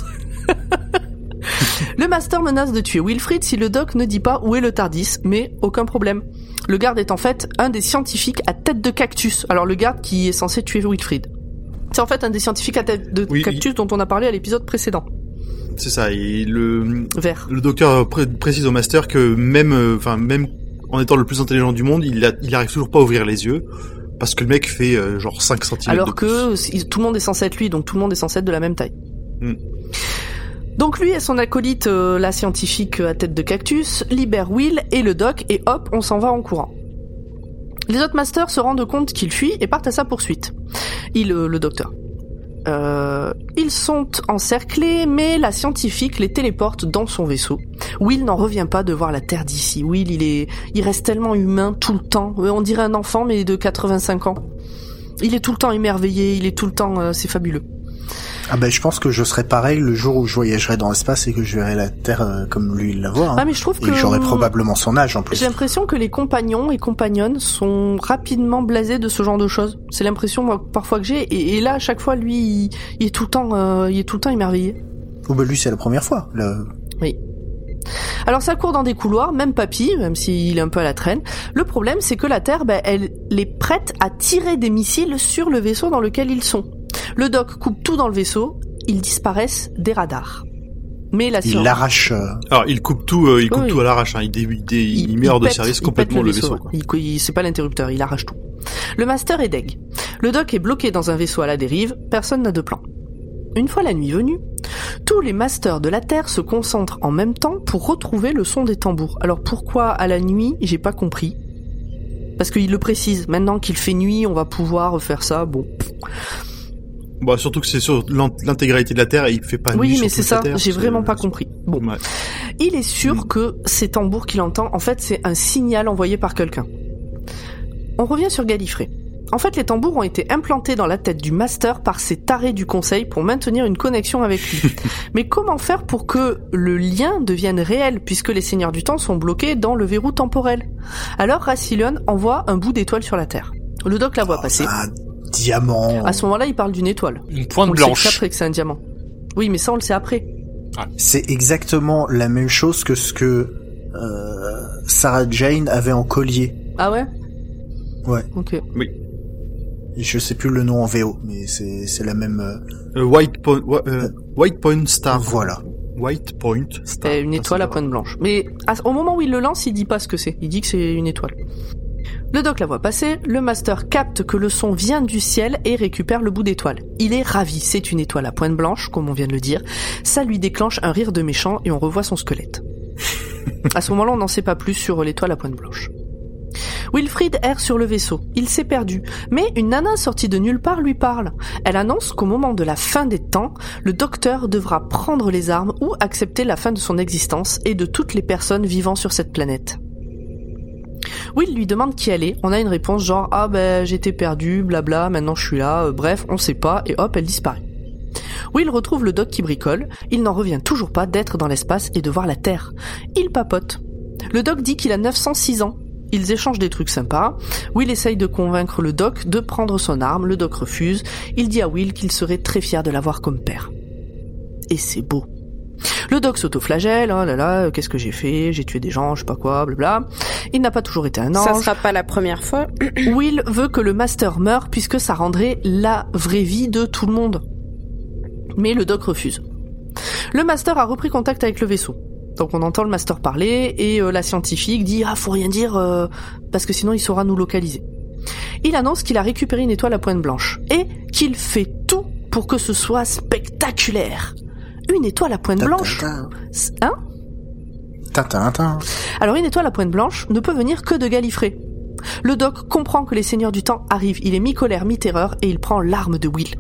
Speaker 4: Le master menace de tuer Wilfried si le doc ne dit pas où est le TARDIS, mais aucun problème. Le garde est en fait un des scientifiques à tête de cactus. Alors le garde qui est censé tuer Wilfried. C'est en fait un des scientifiques à tête de
Speaker 2: Oui,
Speaker 4: cactus dont on a parlé à l'épisode précédent.
Speaker 2: C'est ça. Et le,
Speaker 4: Vert.
Speaker 2: le docteur pré- précise au master que même, euh, enfin, même en étant le plus intelligent du monde, il, a, il arrive toujours pas à ouvrir les yeux. Parce que le mec fait euh, genre cinq centimètres
Speaker 4: Alors
Speaker 2: de plus.
Speaker 4: que si- tout le monde est censé être lui, donc tout le monde est censé être de la même taille.
Speaker 2: Mm.
Speaker 4: Donc lui et son acolyte, euh, la scientifique à tête de cactus, libèrent Will et le doc, et hop, on s'en va en courant. Les autres masters se rendent compte qu'il fuit et partent à sa poursuite. Il, euh, le docteur. Euh, ils sont encerclés, mais la scientifique les téléporte dans son vaisseau. Will n'en revient pas de voir la Terre d'ici. Will, il est, il reste tellement humain tout le temps. Euh, On dirait un enfant, mais de quatre-vingt-cinq ans. Il est tout le temps émerveillé, il est tout le temps, euh, c'est fabuleux.
Speaker 3: Ah ben, je pense que je serai pareil le jour où je voyagerai dans l'espace et que je verrai la Terre euh, comme lui il la voit. Hein.
Speaker 4: Ah, mais je trouve
Speaker 3: Et
Speaker 4: que
Speaker 3: j'aurai probablement son âge en plus.
Speaker 4: j'ai l'impression que les compagnons et compagnonnes sont rapidement blasés de ce genre de choses. C'est l'impression moi parfois que j'ai, et, et là à chaque fois lui, il, il est tout le temps, euh, il est tout le temps émerveillé.
Speaker 3: Oh ben lui c'est la première fois. Le...
Speaker 4: Oui. Alors ça court dans des couloirs, même Papy, même s'il est un peu à la traîne. Le problème, c'est que la Terre, ben, elle est prête à tirer des missiles sur le vaisseau dans lequel ils sont. Le doc coupe tout dans le vaisseau, ils disparaissent des radars. Mais la
Speaker 3: Il
Speaker 4: science...
Speaker 3: l'arrache. Euh...
Speaker 2: Alors il coupe tout, euh, il coupe
Speaker 4: Oui.
Speaker 2: tout à l'arrache. Hein. Il, dé, il, dé, il, met hors de
Speaker 4: pète-
Speaker 2: service
Speaker 4: il
Speaker 2: complètement
Speaker 4: pète
Speaker 2: le vaisseau.
Speaker 4: ouais.
Speaker 2: Quoi.
Speaker 4: Il, il- c'est pas l'interrupteur, il arrache tout. Le master est deg. Le doc est bloqué dans un vaisseau à la dérive, personne n'a de plan. Une fois la nuit venue, tous les masters de la Terre se concentrent en même temps pour retrouver le son des tambours. Alors pourquoi à la nuit, j'ai pas compris. Parce qu'il le précise, maintenant qu'il fait nuit, on va pouvoir faire ça, bon.
Speaker 2: Bah surtout que c'est sur l'int- l'intégralité de la Terre et il fait pas nuit
Speaker 4: Oui,
Speaker 2: sur
Speaker 4: mais
Speaker 2: toute
Speaker 4: c'est ça,
Speaker 2: la Terre,
Speaker 4: j'ai
Speaker 2: c'est-
Speaker 4: vraiment pas compris. Bon.
Speaker 2: Ouais.
Speaker 4: Il est sûr
Speaker 2: Mm.
Speaker 4: que ces tambours qu'il entend, en fait, c'est un signal envoyé par quelqu'un. On revient sur Gallifrey. En fait, les tambours ont été implantés dans la tête du master par ces tarés du conseil pour maintenir une connexion avec lui. Mais comment faire pour que le lien devienne réel, puisque les seigneurs du temps sont bloqués dans le verrou temporel? Alors Rassilon envoie un bout d'étoile sur la Terre. Le doc la voit
Speaker 3: Oh,
Speaker 4: passer.
Speaker 3: un diamant.
Speaker 4: À ce moment-là, il parle d'une étoile.
Speaker 6: Une pointe
Speaker 4: On le sait
Speaker 6: blanche.
Speaker 4: qu'après que c'est un diamant. Oui, mais ça, on le sait après.
Speaker 3: C'est exactement la même chose que ce que euh, Sarah Jane avait en collier.
Speaker 4: Ah ouais?
Speaker 3: Ouais.
Speaker 4: Ok.
Speaker 3: Et je sais plus le nom en V O, mais c'est c'est la même. Euh...
Speaker 2: Euh, White Point, wa- euh, White Point Star.
Speaker 3: Voilà.
Speaker 2: White Point Star.
Speaker 4: C'est une
Speaker 2: Ah,
Speaker 4: étoile
Speaker 2: c'est
Speaker 4: à pointe blanche. Mais à- au moment où il le lance, il dit pas ce que c'est. Il dit que c'est une étoile. Le Doc la voit passer, le Master capte que le son vient du ciel et récupère le bout d'étoile. Il est ravi, c'est une étoile à pointe blanche, comme on vient de le dire. Ça lui déclenche un rire de méchant et on revoit son squelette. À ce moment-là, on n'en sait pas plus sur l'étoile à pointe blanche. Wilfried erre sur le vaisseau. Il s'est perdu. Mais une nana sortie de nulle part lui parle. Elle annonce qu'au moment de la fin des temps, le docteur devra prendre les armes ou accepter la fin de son existence et de toutes les personnes vivant sur cette planète. Will lui demande qui elle est. On a une réponse genre « Ah ben j'étais perdu, blabla, maintenant je suis là, euh, bref, on sait pas » et hop, elle disparaît. Will retrouve le Doc qui bricole. Il n'en revient toujours pas d'être dans l'espace et de voir la Terre. Il papote. Le Doc dit qu'il a neuf cent six ans. Ils échangent des trucs sympas. Will essaye de convaincre le Doc de prendre son arme. Le Doc refuse. Il dit à Will qu'il serait très fier de l'avoir comme père. Et c'est beau. Le Doc s'autoflagelle, oh là là, qu'est-ce que j'ai fait, j'ai tué des gens, je sais pas quoi, blabla. Il n'a pas toujours été un ange.
Speaker 5: Ça sera pas la première fois.
Speaker 4: Will veut que le Master meure puisque ça rendrait la vraie vie de tout le monde. Mais le Doc refuse. Le Master a repris contact avec le vaisseau. Donc on entend le Master parler et euh, la scientifique dit « Ah, faut rien dire, euh, parce que sinon il saura nous localiser. » Il annonce qu'il a récupéré une étoile à pointe blanche et qu'il fait tout pour que ce soit spectaculaire. Une étoile à pointe blanche. Hein?
Speaker 3: Tintin.
Speaker 4: Alors une étoile à pointe blanche ne peut venir que de Gallifrey. Le Doc comprend que les seigneurs du temps arrivent. Il est mi-colère, mi-terreur et il prend l'arme de Will.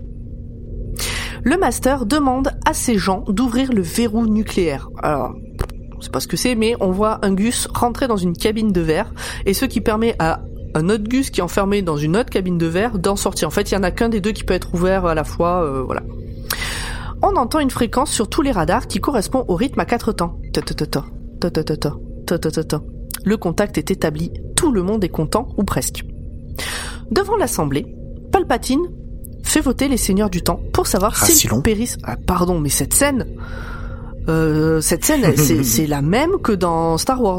Speaker 4: Le Master demande à ses gens d'ouvrir le verrou nucléaire. Alors, on sait pas ce que c'est, mais on voit un Gus rentrer dans une cabine de verre et ce qui permet à un autre Gus qui est enfermé dans une autre cabine de verre d'en sortir. En fait, il y en a qu'un des deux qui peut être ouvert à la fois, euh, voilà. On entend une fréquence sur tous les radars qui correspond au rythme à quatre temps. Ta-ta-ta-ta, ta-ta-ta-ta, ta-ta-ta-ta. Le contact est établi, tout le monde est content, ou presque. Devant l'assemblée, Palpatine fait voter les seigneurs du temps pour savoir s'ils périssent... Ah, pardon, mais cette scène... Euh, cette scène, elle, c'est, c'est la même que dans Star Wars.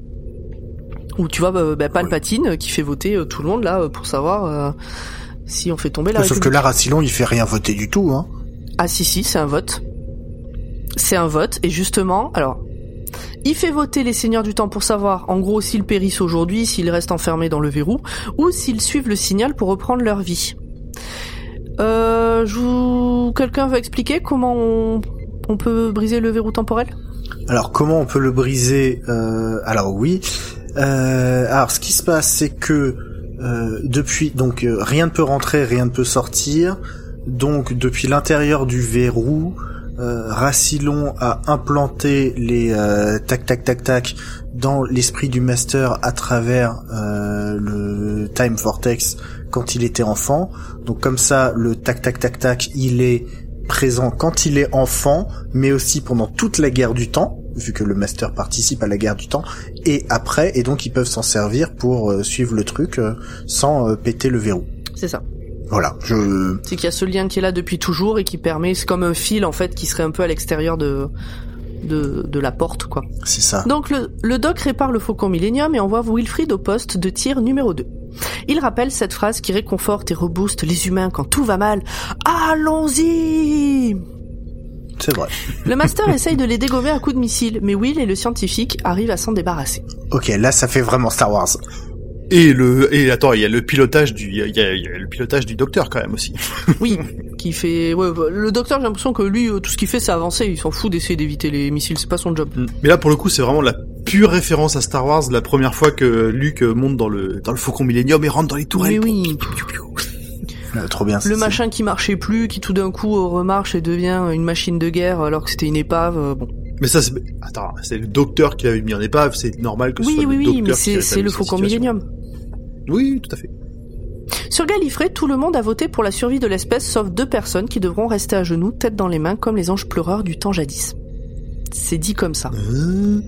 Speaker 4: Où tu vois bah, bah, Palpatine qui fait voter euh, tout le monde, là, pour savoir euh, si on fait tomber la
Speaker 3: Sauf
Speaker 4: République.
Speaker 3: que là, Rassilon, il fait rien voter du tout, hein.
Speaker 4: Ah si si, c'est un vote. C'est un vote, et justement, alors, il fait voter les seigneurs du temps pour savoir, en gros, s'ils périssent aujourd'hui, s'ils restent enfermés dans le verrou, ou s'ils suivent le signal pour reprendre leur vie. Euh, je vous... Quelqu'un veut expliquer comment on, on peut briser le verrou temporel ?
Speaker 3: Alors, comment on peut le briser ? euh, Alors oui. Euh, alors, ce qui se passe, c'est que euh, depuis, donc euh, rien ne peut rentrer, rien ne peut sortir. Donc, depuis l'intérieur du verrou, euh, Rassilon a implanté les euh, tac tac tac tac dans l'esprit du Master à travers euh, le Time Vortex quand il était enfant. Donc, comme ça, le tac tac tac tac, il est présent quand il est enfant, mais aussi pendant toute la guerre du temps, vu que le Master participe à la guerre du temps, et après, et donc ils peuvent s'en servir pour euh, suivre le truc euh, sans euh, péter le verrou.
Speaker 4: C'est ça.
Speaker 3: Voilà, je...
Speaker 4: C'est qu'il y a ce lien qui est là depuis toujours et qui permet, c'est comme un fil en fait qui serait un peu à l'extérieur de de, de la porte, quoi.
Speaker 3: C'est ça.
Speaker 4: Donc le, le Doc répare le Faucon Millennium et envoie Wilfried au poste de tir numéro deux. Il rappelle cette phrase qui réconforte et rebooste les humains quand tout va mal. Allons-y!
Speaker 3: C'est vrai.
Speaker 4: Le Master essaye de les dégommer à coups de missile, mais Will et le scientifique arrivent à s'en débarrasser.
Speaker 3: Ok, là ça fait vraiment Star Wars.
Speaker 2: Et le et attends, il y a le pilotage du il y a, il y a, il y a le pilotage du docteur quand même aussi.
Speaker 4: Oui, qui fait ouais, le docteur, j'ai l'impression que lui tout ce qu'il fait c'est avancer, il s'en fout d'essayer d'éviter les missiles, c'est pas son job.
Speaker 2: Mais là pour le coup, c'est vraiment la pure référence à Star Wars, la première fois que Luke monte dans le dans le Faucon Millennium et rentre dans les tourelles.
Speaker 4: Mais oui.
Speaker 3: Euh, trop bien.
Speaker 4: Le machin qui marchait plus, qui tout d'un coup remarche et devient une machine de guerre alors que c'était une épave, euh, bon.
Speaker 2: Mais ça, c'est... Attends, c'est le docteur qui l'avait mis en épave, c'est normal que ce
Speaker 4: oui,
Speaker 2: soit
Speaker 4: oui,
Speaker 2: le
Speaker 4: oui,
Speaker 2: docteur
Speaker 4: mais
Speaker 2: qui
Speaker 4: c'est, c'est le Faucon Millennium.
Speaker 2: Oui, tout à fait.
Speaker 4: Sur Gallifrey, tout le monde a voté pour la survie de l'espèce, sauf deux personnes qui devront rester à genoux, tête dans les mains, comme les anges pleureurs du temps jadis. C'est dit comme ça.
Speaker 2: Mmh.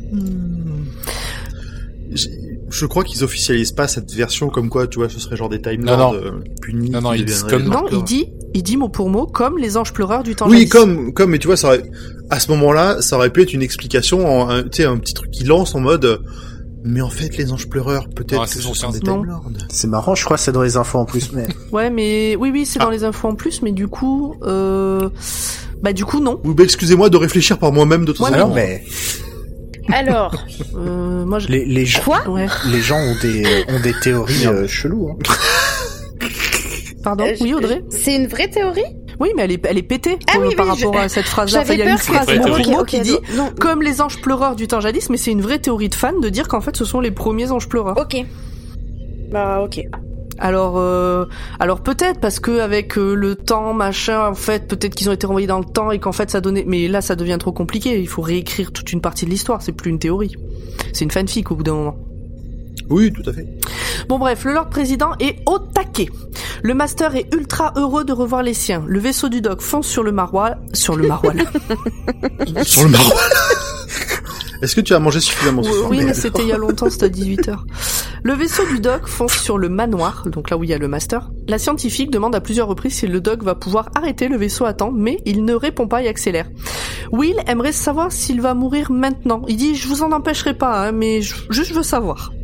Speaker 2: Je crois qu'ils officialisent pas cette version comme quoi, tu vois, ce serait genre des Time Lords euh, punis.
Speaker 6: Non, non, ils disent comme...
Speaker 4: Non, il dit, il dit mot pour mot, comme les anges pleureurs du temps
Speaker 2: oui,
Speaker 4: jadis.
Speaker 2: Oui, comme, comme, mais tu vois, ça aurait, à ce moment-là, ça aurait pu être une explication, en, un, tu sais, un petit truc qui lance en mode, mais en fait, les anges pleureurs, peut-être
Speaker 6: non,
Speaker 2: que
Speaker 6: c'est
Speaker 2: ce sont des
Speaker 4: non.
Speaker 2: Time Lords.
Speaker 3: C'est marrant, je crois que c'est dans les infos en plus, mais...
Speaker 4: Ouais, mais, oui, oui, c'est
Speaker 2: ah.
Speaker 4: dans les infos en plus, mais du coup, euh, bah, du coup, non.
Speaker 2: Ou, bah, excusez-moi de réfléchir par moi-même de toute
Speaker 4: ouais,
Speaker 2: façon.
Speaker 3: Non, mais...
Speaker 5: Alors,
Speaker 4: Euh, moi, je...
Speaker 3: Les, les gens,
Speaker 5: quoi
Speaker 4: Ouais.
Speaker 3: les gens ont des, ont des théories euh, cheloues. Hein.
Speaker 4: Pardon.
Speaker 5: Euh,
Speaker 4: Oui,
Speaker 5: je-
Speaker 4: Audrey.
Speaker 5: C'est une vraie théorie?
Speaker 4: Oui, mais elle est, elle est pétée
Speaker 5: Ah
Speaker 4: pour-
Speaker 5: oui,
Speaker 4: par
Speaker 5: oui,
Speaker 4: rapport
Speaker 5: je-
Speaker 4: à cette phrase-là. Enfin,
Speaker 5: J'avais
Speaker 4: il y a une
Speaker 5: peur
Speaker 4: phrase
Speaker 6: que-
Speaker 4: mot
Speaker 6: Ok,
Speaker 4: pour mot
Speaker 5: ok,
Speaker 4: qui dit
Speaker 5: non.
Speaker 4: comme les anges pleureurs du temps jadis, mais c'est une vraie théorie de fan de dire qu'en fait ce sont les premiers anges pleureurs.
Speaker 5: Ok. Bah, ok.
Speaker 4: Alors, euh, alors peut-être parce que avec euh, le temps, machin, en fait, peut-être qu'ils ont été renvoyés dans le temps et qu'en fait ça donnait. Mais là, ça devient trop compliqué. Il faut réécrire toute une partie de l'histoire. C'est plus une théorie. C'est une fanfic au bout d'un moment.
Speaker 2: Oui, tout à fait.
Speaker 4: Bon bref, le Lord Président est au taquet. Le Master est ultra heureux de revoir les siens. Le vaisseau du Doc fonce sur le maroilles, sur le maroilles.
Speaker 2: Sur le maroilles. Est-ce que tu as mangé suffisamment ce soir?
Speaker 4: Oui, mais c'était il y a longtemps, c'était à dix-huit heures. Le vaisseau du Doc fonce sur le manoir, donc là où il y a le Master. La scientifique demande à plusieurs reprises si le Doc va pouvoir arrêter le vaisseau à temps, mais il ne répond pas et accélère. Will aimerait savoir s'il va mourir maintenant. Il dit, je vous en empêcherai pas, hein, mais je, juste je veux savoir.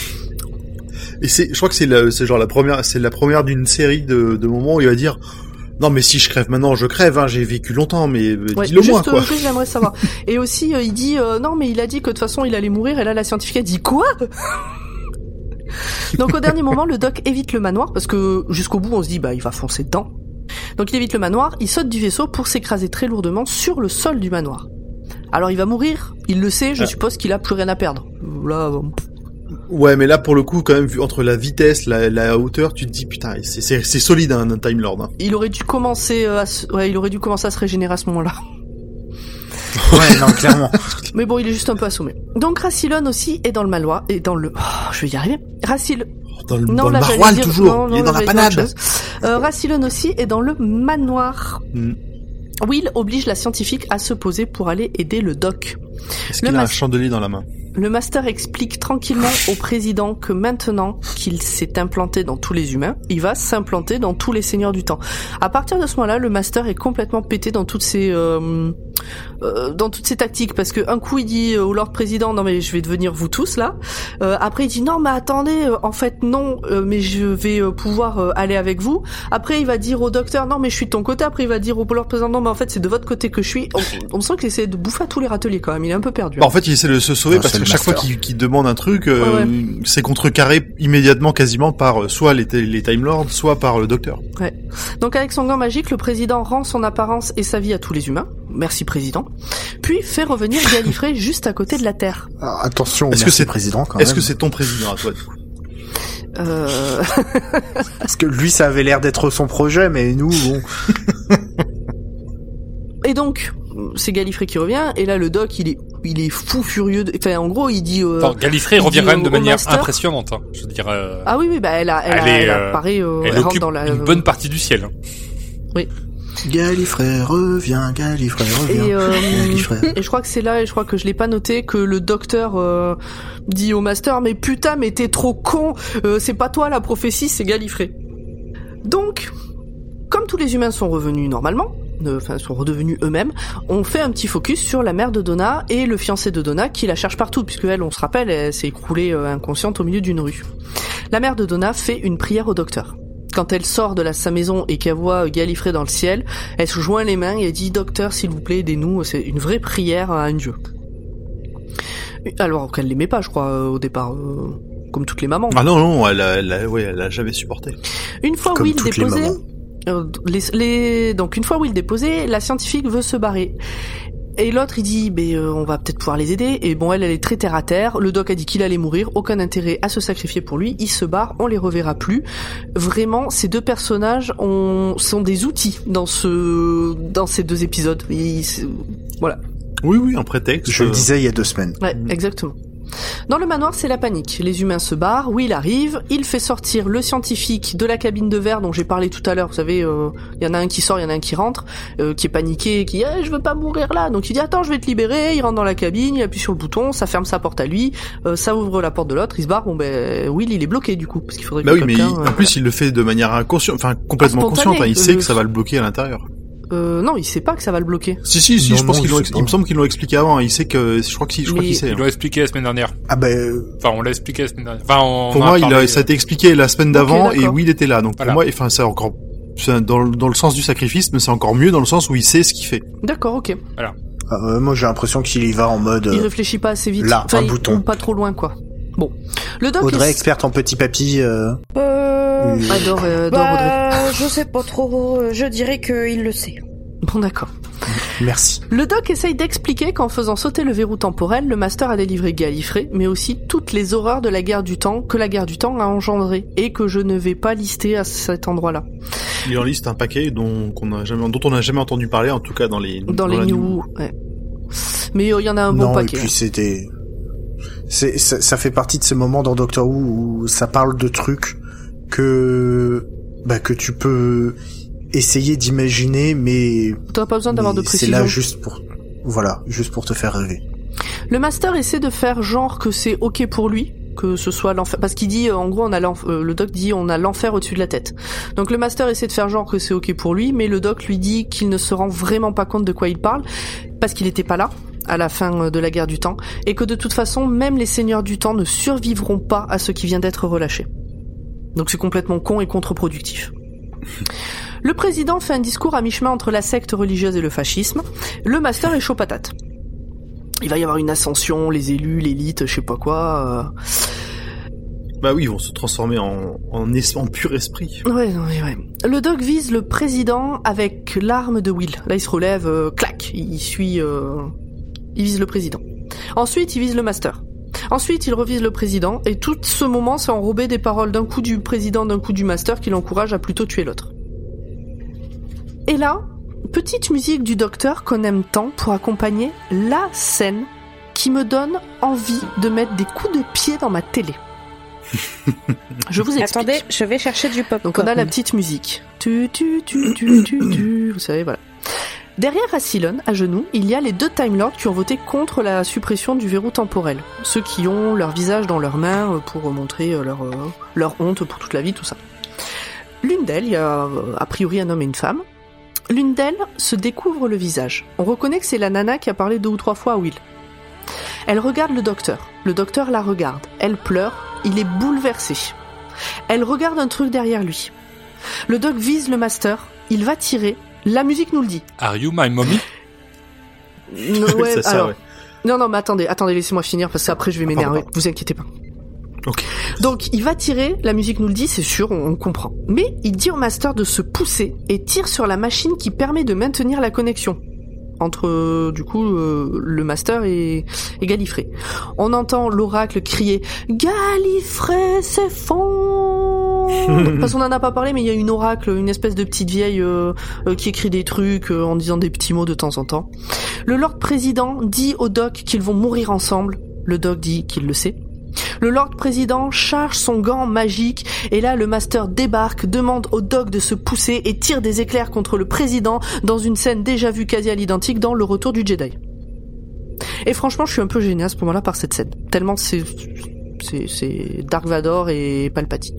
Speaker 2: Et c'est, je crois que c'est la, c'est genre la première, c'est la première d'une série de, de moments où il va dire, non mais si je crève maintenant, je crève, hein, j'ai vécu longtemps, mais euh,
Speaker 4: Ouais,
Speaker 2: dis-le
Speaker 4: juste,
Speaker 2: moi, quoi.
Speaker 4: euh, juste, j'aimerais savoir. Et aussi, euh, il dit, euh, non mais il a dit que de toute façon il allait mourir, et là la scientifique a dit, quoi? Donc au dernier moment, le Doc évite le manoir, parce que jusqu'au bout on se dit, bah il va foncer dedans. Donc il évite le manoir, il saute du vaisseau pour s'écraser très lourdement sur le sol du manoir. Alors il va mourir, il le sait, je
Speaker 2: Ah.
Speaker 4: suppose qu'il a plus rien à perdre. Là, euh,
Speaker 2: Ouais, mais là, pour le coup, quand même, vu entre la vitesse, la, la hauteur, tu te dis, putain, c'est, c'est, c'est solide, hein, un Time Lord, hein.
Speaker 4: il aurait dû commencer à se... ouais, il aurait dû commencer à se régénérer à ce moment-là.
Speaker 3: Ouais, non, clairement.
Speaker 4: Mais bon, il est juste un peu assommé. Donc Rassilon aussi est dans le manoir, et dans le... Oh, je vais y arriver. Rassil...
Speaker 2: Dans le,
Speaker 4: Non,
Speaker 2: dans le
Speaker 4: là, j'allais
Speaker 2: maroilles,
Speaker 4: dire-
Speaker 2: toujours.
Speaker 4: non, non,
Speaker 2: il est dans
Speaker 4: là,
Speaker 2: la
Speaker 4: j'allais dire autre
Speaker 2: panade.
Speaker 4: chose. Euh, Rassilon aussi est dans le manoir.
Speaker 2: Hmm.
Speaker 4: Will oblige la scientifique à se poser pour aller aider le Doc.
Speaker 2: Est-ce
Speaker 4: Le
Speaker 2: qu'il a un
Speaker 4: mas-
Speaker 2: chandelier dans la main?
Speaker 4: Le Master explique tranquillement au président que maintenant qu'il s'est implanté dans tous les humains, il va s'implanter dans tous les seigneurs du temps. À partir de ce moment-là, le Master est complètement pété dans toutes ses euh, euh, dans toutes ses tactiques, parce que un coup il dit au Lord Président, non mais je vais devenir vous tous là. Euh, après il dit non mais attendez, euh, en fait non, euh, mais je vais euh, pouvoir euh, aller avec vous. Après il va dire au Docteur non mais je suis de ton côté. Après il va dire au Lord Président non mais en fait c'est de votre côté que je suis. On, on sent qu'il essaie de bouffer à tous les râteliers quand même. Il est un peu perdu.
Speaker 2: Bah, en fait, il essaie de se sauver
Speaker 3: Ah,
Speaker 2: parce
Speaker 3: c'est
Speaker 2: que
Speaker 3: le
Speaker 2: chaque fois
Speaker 3: master.
Speaker 2: qu'il, qu'il demande un truc, euh,
Speaker 4: Ouais,
Speaker 2: c'est contrecarré immédiatement quasiment par euh, soit les, les Time Lords, soit par le Docteur.
Speaker 4: Ouais. Donc avec son gant magique, le président rend son apparence et sa vie à tous les humains. Merci président. Puis fait revenir Gallifrey juste à côté de la Terre.
Speaker 3: Alors, attention,
Speaker 2: Est-ce
Speaker 3: merci
Speaker 2: que c'est-
Speaker 3: président quand
Speaker 2: Est-ce
Speaker 3: même.
Speaker 2: que c'est ton président à toi, du coup?
Speaker 4: Euh...
Speaker 3: Parce que lui, ça avait l'air d'être son projet, mais nous, bon.
Speaker 4: Et donc, c'est Gallifrey qui revient, et là le Doc, il est, il est fou furieux. De... Enfin, en gros, il dit. Euh...
Speaker 6: Attends, Gallifrey
Speaker 4: il
Speaker 6: revient
Speaker 4: dit
Speaker 6: quand même
Speaker 4: au-
Speaker 6: de
Speaker 4: au
Speaker 6: manière
Speaker 4: Master-
Speaker 6: impressionnante. Hein. Je veux dire, euh,
Speaker 4: Ah oui, oui, bah elle a, elle,
Speaker 6: Elle
Speaker 4: a,
Speaker 6: est,
Speaker 4: elle
Speaker 6: euh,
Speaker 4: apparaît, euh,
Speaker 6: elle
Speaker 4: elle rentre
Speaker 6: occupe
Speaker 4: dans la.
Speaker 6: une bonne partie du ciel.
Speaker 4: Oui.
Speaker 3: Gallifrey revient, Gallifrey revient.
Speaker 4: Et, euh,
Speaker 3: Gallifrey.
Speaker 4: et je crois que c'est là, et je crois que je l'ai pas noté, que le Docteur euh, dit au Master, mais putain, mais t'es trop con, euh, c'est pas toi la prophétie, c'est Gallifrey. Donc, comme tous les humains sont revenus normalement, euh, enfin sont redevenus eux-mêmes, on fait un petit focus sur la mère de Donna et le fiancé de Donna qui la cherche partout, puisque elle, on se rappelle, elle s'est écroulée euh, inconsciente au milieu d'une rue. La mère de Donna fait une prière au Docteur. Quand elle sort de la, sa maison et qu'elle voit Gallifrey dans le ciel, elle se joint les mains et elle dit « Docteur, s'il vous plaît, aidez-nous », c'est une vraie prière à un dieu. Alors qu'elle l'aimait pas, je crois, euh, au départ, euh, comme toutes les mamans.
Speaker 2: Ah non, non, elle a, elle a, ouais, elle a jamais supporté.
Speaker 4: Une fois
Speaker 3: Comme
Speaker 4: Will
Speaker 3: toutes les
Speaker 4: déposé,
Speaker 3: mamans.
Speaker 4: euh, les, les, donc une fois Will déposé, la scientifique veut se barrer. Et l'autre il dit, ben euh, on va peut-être pouvoir les aider. Et bon, elle, elle est très terre à terre. Le Doc a dit qu'il allait mourir, aucun intérêt à se sacrifier pour lui. Il se barre, on les reverra plus. Vraiment, ces deux personnages ont, sont des outils dans ce, dans ces deux épisodes. Ils- c'est- voilà.
Speaker 2: Oui, oui, un prétexte.
Speaker 3: Je le
Speaker 2: euh,
Speaker 3: disais il y a deux semaines.
Speaker 4: Ouais, exactement. Dans le manoir, c'est la panique. Les humains se barrent, Will arrive, il fait sortir le scientifique de la cabine de verre dont j'ai parlé tout à l'heure. Vous savez, il euh, y en a un qui sort, il y en a un qui rentre, euh, qui est paniqué, qui dit eh, « je veux pas mourir là ». Donc il dit « attends, je vais te libérer ». Il rentre dans la cabine, il appuie sur le bouton, ça ferme sa porte à lui, euh, ça ouvre la porte de l'autre, il se barre. Bon ben, Will, il est bloqué du coup, parce qu'il faudrait
Speaker 2: Bah
Speaker 4: que
Speaker 2: oui, mais il-
Speaker 4: quelqu'un...
Speaker 2: en
Speaker 4: euh,
Speaker 2: plus, il le fait de manière inconsciente, enfin, complètement
Speaker 4: Spontané,
Speaker 2: consciente, hein, il sait
Speaker 4: le-
Speaker 2: que ça va le bloquer à l'intérieur.
Speaker 4: euh, non, il sait pas que ça va le bloquer.
Speaker 2: Si, si, si,
Speaker 3: Non,
Speaker 2: je pense
Speaker 3: non,
Speaker 2: qu'ils
Speaker 3: il
Speaker 2: l'ont,
Speaker 3: sait
Speaker 2: ex-
Speaker 3: pas.
Speaker 2: il me semble qu'ils l'ont expliqué avant, hein, il sait que, je crois qu'il, je crois
Speaker 4: Mais-
Speaker 2: qu'il sait.
Speaker 6: Ils
Speaker 2: hein.
Speaker 6: l'ont expliqué la semaine dernière.
Speaker 3: Ah ben,
Speaker 6: Enfin, on l'a expliqué la semaine dernière. Enfin, on
Speaker 2: Pour
Speaker 6: en a
Speaker 2: moi, il a,
Speaker 6: parlé,
Speaker 2: ça a été expliqué la semaine d'avant,
Speaker 4: Ok,
Speaker 2: et
Speaker 4: d'accord.
Speaker 2: Will était là, donc
Speaker 6: Voilà.
Speaker 2: pour moi, enfin, c'est encore, c'est dans, le- dans le sens du sacrifice, mais c'est encore mieux dans le sens où il sait ce qu'il fait.
Speaker 4: D'accord, ok.
Speaker 3: ah Euh, moi, j'ai l'impression qu'il y va en mode...
Speaker 4: Il réfléchit pas assez vite.
Speaker 3: Là,
Speaker 4: enfin,
Speaker 3: un
Speaker 4: il,
Speaker 3: bouton.
Speaker 4: Ou pas trop loin, quoi. Bon. Le doc
Speaker 3: Audrey,
Speaker 4: est...
Speaker 3: experte en petit papy. Euh...
Speaker 5: Euh...
Speaker 3: Oui.
Speaker 4: Adore, euh, adore Audrey.
Speaker 5: Bah, je sais pas trop. Je dirais qu'il le sait.
Speaker 4: Bon, d'accord.
Speaker 3: Merci.
Speaker 4: Le doc essaye d'expliquer qu'en faisant sauter le verrou temporel, le Master a délivré Gallifrey, mais aussi toutes les horreurs de la guerre du temps que la guerre du temps a engendré, et que je ne vais pas lister à cet endroit-là.
Speaker 2: Il en liste un paquet dont, qu'on a jamais, dont on n'a jamais entendu parler, en tout cas dans les...
Speaker 4: Dans,
Speaker 2: dans
Speaker 4: les
Speaker 2: la
Speaker 4: news, ouais. Mais il euh, y en a un bon
Speaker 3: non,
Speaker 4: paquet.
Speaker 3: Et puis c'était... C'est, ça, ça fait partie de ces moments dans Doctor Who où ça parle de trucs que... Bah, que tu peux... essayer d'imaginer, mais
Speaker 4: t'as pas besoin d'avoir de précision.
Speaker 3: C'est là juste pour, voilà, juste pour te faire rêver.
Speaker 4: Le Master essaie de faire genre que c'est ok pour lui, que ce soit l'enfer, parce qu'il dit, en gros, on a euh, le doc dit, on a l'enfer au-dessus de la tête. Donc le Master essaie de faire genre que c'est ok pour lui, mais le doc lui dit qu'il ne se rend vraiment pas compte de quoi il parle, parce qu'il était pas là à la fin de la guerre du temps, et que de toute façon, même les seigneurs du temps ne survivront pas à ce qui vient d'être relâché. Donc c'est complètement con et contre-productif. Le président fait un discours à mi-chemin entre la secte religieuse et le fascisme. Le Master est chaud patate. Il va y avoir une ascension, les élus, l'élite, je sais pas quoi. Euh...
Speaker 2: Bah oui, ils vont se transformer en, en, es- en pur esprit.
Speaker 4: Ouais, non, ouais, ouais. Le doc vise le président avec l'arme de Will. Là, il se relève, euh, clac, il suit... Euh... Il vise le président. Ensuite, il vise le Master. Ensuite, il revise le président, et tout ce moment, c'est enrobé des paroles d'un coup du président, d'un coup du Master, qui l'encourage à plutôt tuer l'autre. Et là, petite musique du docteur qu'on aime tant pour accompagner la scène qui me donne envie de mettre des coups de pied dans ma télé. Je vous explique.
Speaker 5: Attendez, je vais chercher du pop.
Speaker 4: Donc on a la petite musique. Tu, tu, tu, tu, tu, tu. Vous savez, voilà. Derrière Asylon, à genoux, il y a les deux Time Lords qui ont voté contre la suppression du verrou temporel. Ceux qui ont leur visage dans leurs mains pour montrer leur, leur honte pour toute la vie, tout ça. L'une d'elles, il y a a priori un homme et une femme. L'une d'elles se découvre le visage. On reconnaît que c'est la nana qui a parlé deux ou trois fois à Will. Elle regarde le docteur. Le docteur la regarde. Elle pleure. Il est bouleversé. Elle regarde un truc derrière lui. Le doc vise le Master. Il va tirer. La musique nous le dit.
Speaker 6: Are you my mommy?
Speaker 4: Non, ouais,
Speaker 2: c'est ça,
Speaker 4: alors,
Speaker 2: ouais.
Speaker 4: non, non, mais attendez, attendez, laissez-moi finir parce qu'après je vais m'énerver.
Speaker 2: pardon.
Speaker 4: Vous inquiétez pas.
Speaker 2: Ok.
Speaker 4: Donc, il va tirer, la musique nous le dit, c'est sûr, on, on comprend. Mais il dit au Master de se pousser et tire sur la machine qui permet de maintenir la connexion entre, euh, du coup, euh, le Master et, et Gallifrey. On entend l'oracle crier « Gallifrey s'effondre !» Parce qu'on en a pas parlé, mais il y a une oracle, une espèce de petite vieille euh, euh, qui écrit des trucs euh, en disant des petits mots de temps en temps. Le Lord Président dit au Doc qu'ils vont mourir ensemble. Le Doc dit qu'il le sait. Le Lord Président charge son gant magique et là le Master débarque, demande au Doc de se pousser et tire des éclairs contre le Président dans une scène déjà vue quasi à l'identique dans Le Retour du Jedi. Et franchement, je suis un peu gêné à ce moment-là par cette scène. Tellement c'est c'est, c'est Dark Vador et Palpatine.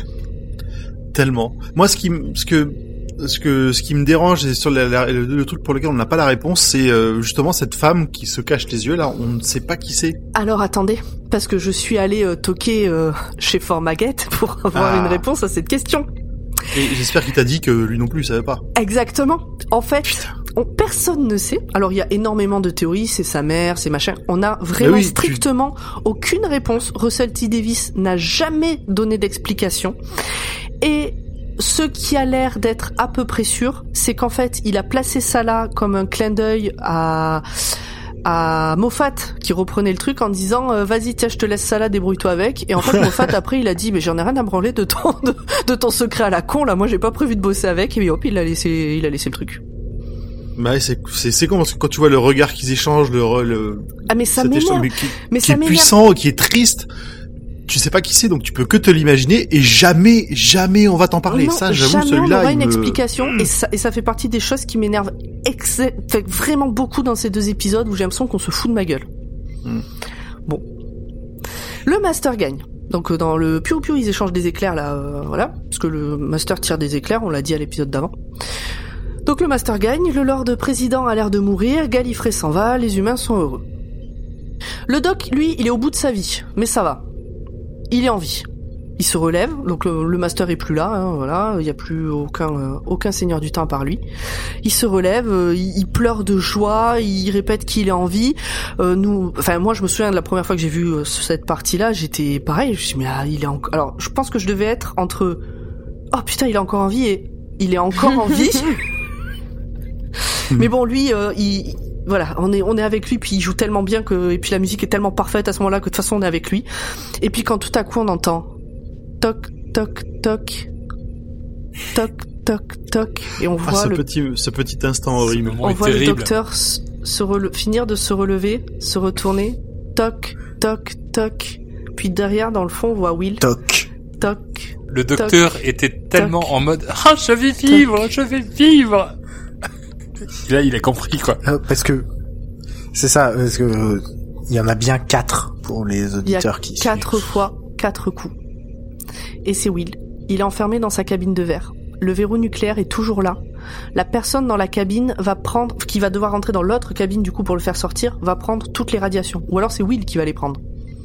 Speaker 2: Tellement. Moi, ce qui, m- ce que, ce que, ce qui me dérange, et sur la, la- le, le truc pour lequel on n'a pas la réponse, c'est euh, justement cette femme qui se cache les yeux. Là, on ne sait pas qui c'est.
Speaker 4: Alors attendez, parce que je suis allée euh, toquer euh, chez Formaguette pour avoir
Speaker 2: Ah.
Speaker 4: une réponse à cette question.
Speaker 2: Et j'espère qu'il t'a dit que lui non plus, il savait pas.
Speaker 4: Exactement. En fait, on, personne ne sait. Alors il y a énormément de théories, c'est sa mère, c'est machin. On a vraiment
Speaker 2: oui, tu-
Speaker 4: strictement aucune réponse. Russell T Davies n'a jamais donné d'explication. Et ce qui a l'air d'être à peu près sûr, c'est qu'en fait, il a placé ça là comme un clin d'œil à à Moffat qui reprenait le truc en disant euh, vas-y tiens je te laisse ça là, débrouille-toi avec. Et en fait Moffat après il a dit mais j'en ai rien à branler de ton de, de ton secret à la con là, moi j'ai pas prévu de bosser avec. Et hop il a laissé il a laissé le truc.
Speaker 2: Bah, ouais, c'est, c'est, c'est con parce que quand tu vois le regard qu'ils échangent, le, re- le,
Speaker 4: Ah mais ça
Speaker 2: cet échange,
Speaker 4: m'énerve.
Speaker 2: mais qui,
Speaker 4: Mais
Speaker 2: qui
Speaker 4: ça
Speaker 2: est
Speaker 4: m'énerve.
Speaker 2: puissant, qui est triste. Tu sais pas qui c'est, donc tu peux que te l'imaginer, et jamais, jamais on va t'en parler.
Speaker 4: Non,
Speaker 2: ça, j'avoue,
Speaker 4: jamais
Speaker 2: celui-là,
Speaker 4: on aura
Speaker 2: il
Speaker 4: une
Speaker 2: me...
Speaker 4: explication et ça, et ça fait partie des choses qui m'énervent ex- fait vraiment beaucoup dans ces deux épisodes où j'ai l'impression qu'on se fout de ma gueule.
Speaker 2: Mm.
Speaker 4: Bon. Le Master gagne. Donc euh, dans le Piu Piu, ils échangent des éclairs là, euh, voilà, parce que le Master tire des éclairs, on l'a dit à l'épisode d'avant. Donc le Master gagne, le Lord Président a l'air de mourir, Gallifrey s'en va, les humains sont heureux. Le Doc, lui, il est au bout de sa vie, mais ça va. Il est en vie. il se relève, donc le, le master est plus là, hein, voilà, il y a plus aucun euh, aucun seigneur du temps par lui. Il se relève, euh, il, il pleure de joie, il répète qu'il est en vie. Euh, nous, enfin moi je me souviens de la première fois que j'ai vu euh, cette partie-là, j'étais pareil, je me suis dit mais ah, il est encore. Alors je pense que je devais être entre oh putain il est encore en vie et il est encore en vie. Mais bon lui, euh, il voilà, on est on est avec lui, puis il joue tellement bien que et puis la musique est tellement parfaite à ce moment-là que de toute façon on est avec lui. Et puis quand tout à coup on entend toc toc toc toc toc toc et on
Speaker 2: Ah,
Speaker 4: voit
Speaker 2: ce
Speaker 4: le
Speaker 2: petit, ce petit instant horrible.
Speaker 6: moment
Speaker 4: on
Speaker 6: est
Speaker 4: voit le
Speaker 6: terrible.
Speaker 4: docteur s- se rele- finir de se relever, se retourner, toc toc toc, puis derrière dans le fond on voit Will
Speaker 3: Toc.
Speaker 4: toc.
Speaker 6: Le docteur
Speaker 4: Toc.
Speaker 6: était tellement
Speaker 4: Toc.
Speaker 6: en mode ah je vais vivre, je vais vivre. Et là il a compris quoi.
Speaker 3: Euh, parce que c'est ça, parce que euh, il y en a bien quatre pour les
Speaker 4: Il y a
Speaker 3: auditeurs qui
Speaker 4: quatre
Speaker 3: suivent.
Speaker 4: fois quatre coups. Et c'est Will. Il est enfermé dans sa cabine de verre. Le verrou nucléaire est toujours là. La personne dans la cabine va prendre, qui va devoir rentrer dans l'autre cabine du coup pour le faire sortir, va prendre toutes les radiations. Ou alors c'est Will qui va les prendre.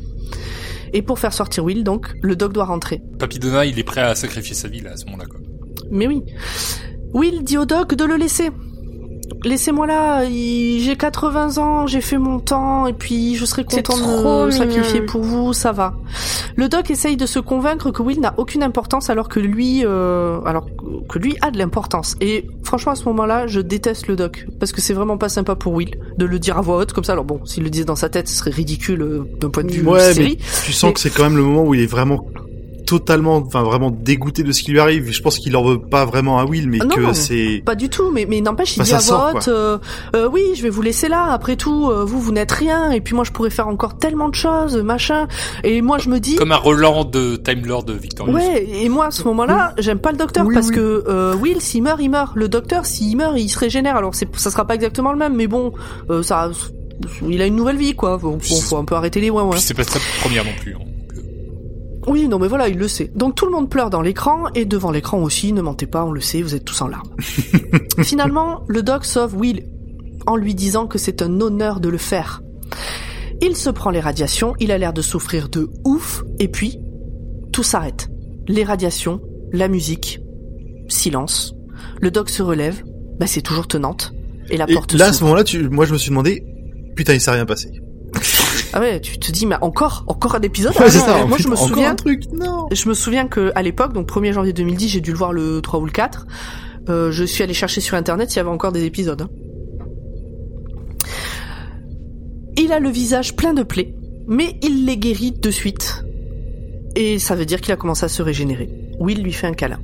Speaker 4: Et pour faire sortir Will, donc, le doc doit rentrer.
Speaker 6: Papy Donna il est prêt à sacrifier sa vie là à ce moment-là quoi.
Speaker 4: Mais oui. Will dit au doc de le laisser. Laissez-moi là, il- j'ai quatre-vingts ans, j'ai fait mon temps, et puis je serai
Speaker 5: C'est
Speaker 4: content de
Speaker 5: trop
Speaker 4: me sacrifier
Speaker 5: mignon.
Speaker 4: pour vous, ça va. Le doc essaye de se convaincre que Will n'a aucune importance alors que lui, euh, alors que lui a de l'importance. Et franchement à ce moment-là, je déteste le doc, parce que c'est vraiment pas sympa pour Will de le dire à voix haute comme ça. Alors bon, s'il le disait dans sa tête, ce serait ridicule euh, d'un point de vue
Speaker 2: Ouais,
Speaker 4: série.
Speaker 2: mais tu sens
Speaker 4: Mais-
Speaker 2: que c'est quand même le moment où il est vraiment totalement, enfin vraiment dégoûté de ce qui lui arrive. Je pense qu'il en veut pas vraiment à Will, mais
Speaker 4: Ah non,
Speaker 2: que
Speaker 4: non.
Speaker 2: c'est.
Speaker 4: Pas du tout, mais, mais n'empêche, il
Speaker 2: Bah,
Speaker 4: dit
Speaker 2: ça
Speaker 4: à voix
Speaker 2: sort,
Speaker 4: haute, euh, euh, oui, je vais vous laisser là, après tout, euh, vous, vous n'êtes rien, et puis moi, je pourrais faire encore tellement de choses, machin. Et moi, je me dis,
Speaker 6: Comme un Roland de Time Lord Victorious.
Speaker 4: ouais, et moi, à ce moment-là, j'aime pas le docteur,
Speaker 3: Oui,
Speaker 4: parce
Speaker 3: oui.
Speaker 4: que euh, Will, s'il meurt, il meurt. Le docteur, s'il meurt, il se régénère. Alors, c'est, ça sera pas exactement le même, mais bon, euh, ça, il a une nouvelle vie, quoi. Bon, bon, faut un peu arrêter les ouin ouin.
Speaker 6: Puis c'est pas sa première non plus. Hein. Donc, euh,
Speaker 4: Oui, non, mais voilà, il le sait. Donc tout le monde pleure dans l'écran, et devant l'écran aussi, ne mentez pas, on le sait, vous êtes tous en larmes. Finalement, le doc sauve Will, en lui disant que c'est un honneur de le faire. Il se prend les radiations, il a l'air de souffrir de ouf, et puis, tout s'arrête. Les radiations, la musique, silence. Le doc se relève, bah c'est toujours tenante, et la
Speaker 2: Et
Speaker 4: porte
Speaker 2: là, à ce
Speaker 4: s'ouvre.
Speaker 2: moment-là, tu, moi, je me suis demandé, putain, il s'est rien passé.
Speaker 4: Ah ouais, tu te dis, mais encore, encore un épisode.
Speaker 2: Ouais,
Speaker 4: Ah
Speaker 2: c'est
Speaker 4: non,
Speaker 2: ça.
Speaker 4: mais moi je
Speaker 2: putain,
Speaker 4: me
Speaker 2: encore
Speaker 4: souviens.
Speaker 2: un truc, non.
Speaker 4: Je me souviens que à l'époque, donc premier janvier deux mille dix, j'ai dû le voir le trois ou le quatre. Euh, je suis allé chercher sur internet s'il y avait encore des épisodes. hein. Il a le visage plein de plaies, mais il les guérit de suite. Et ça veut dire qu'il a commencé à se régénérer. Will lui fait un câlin.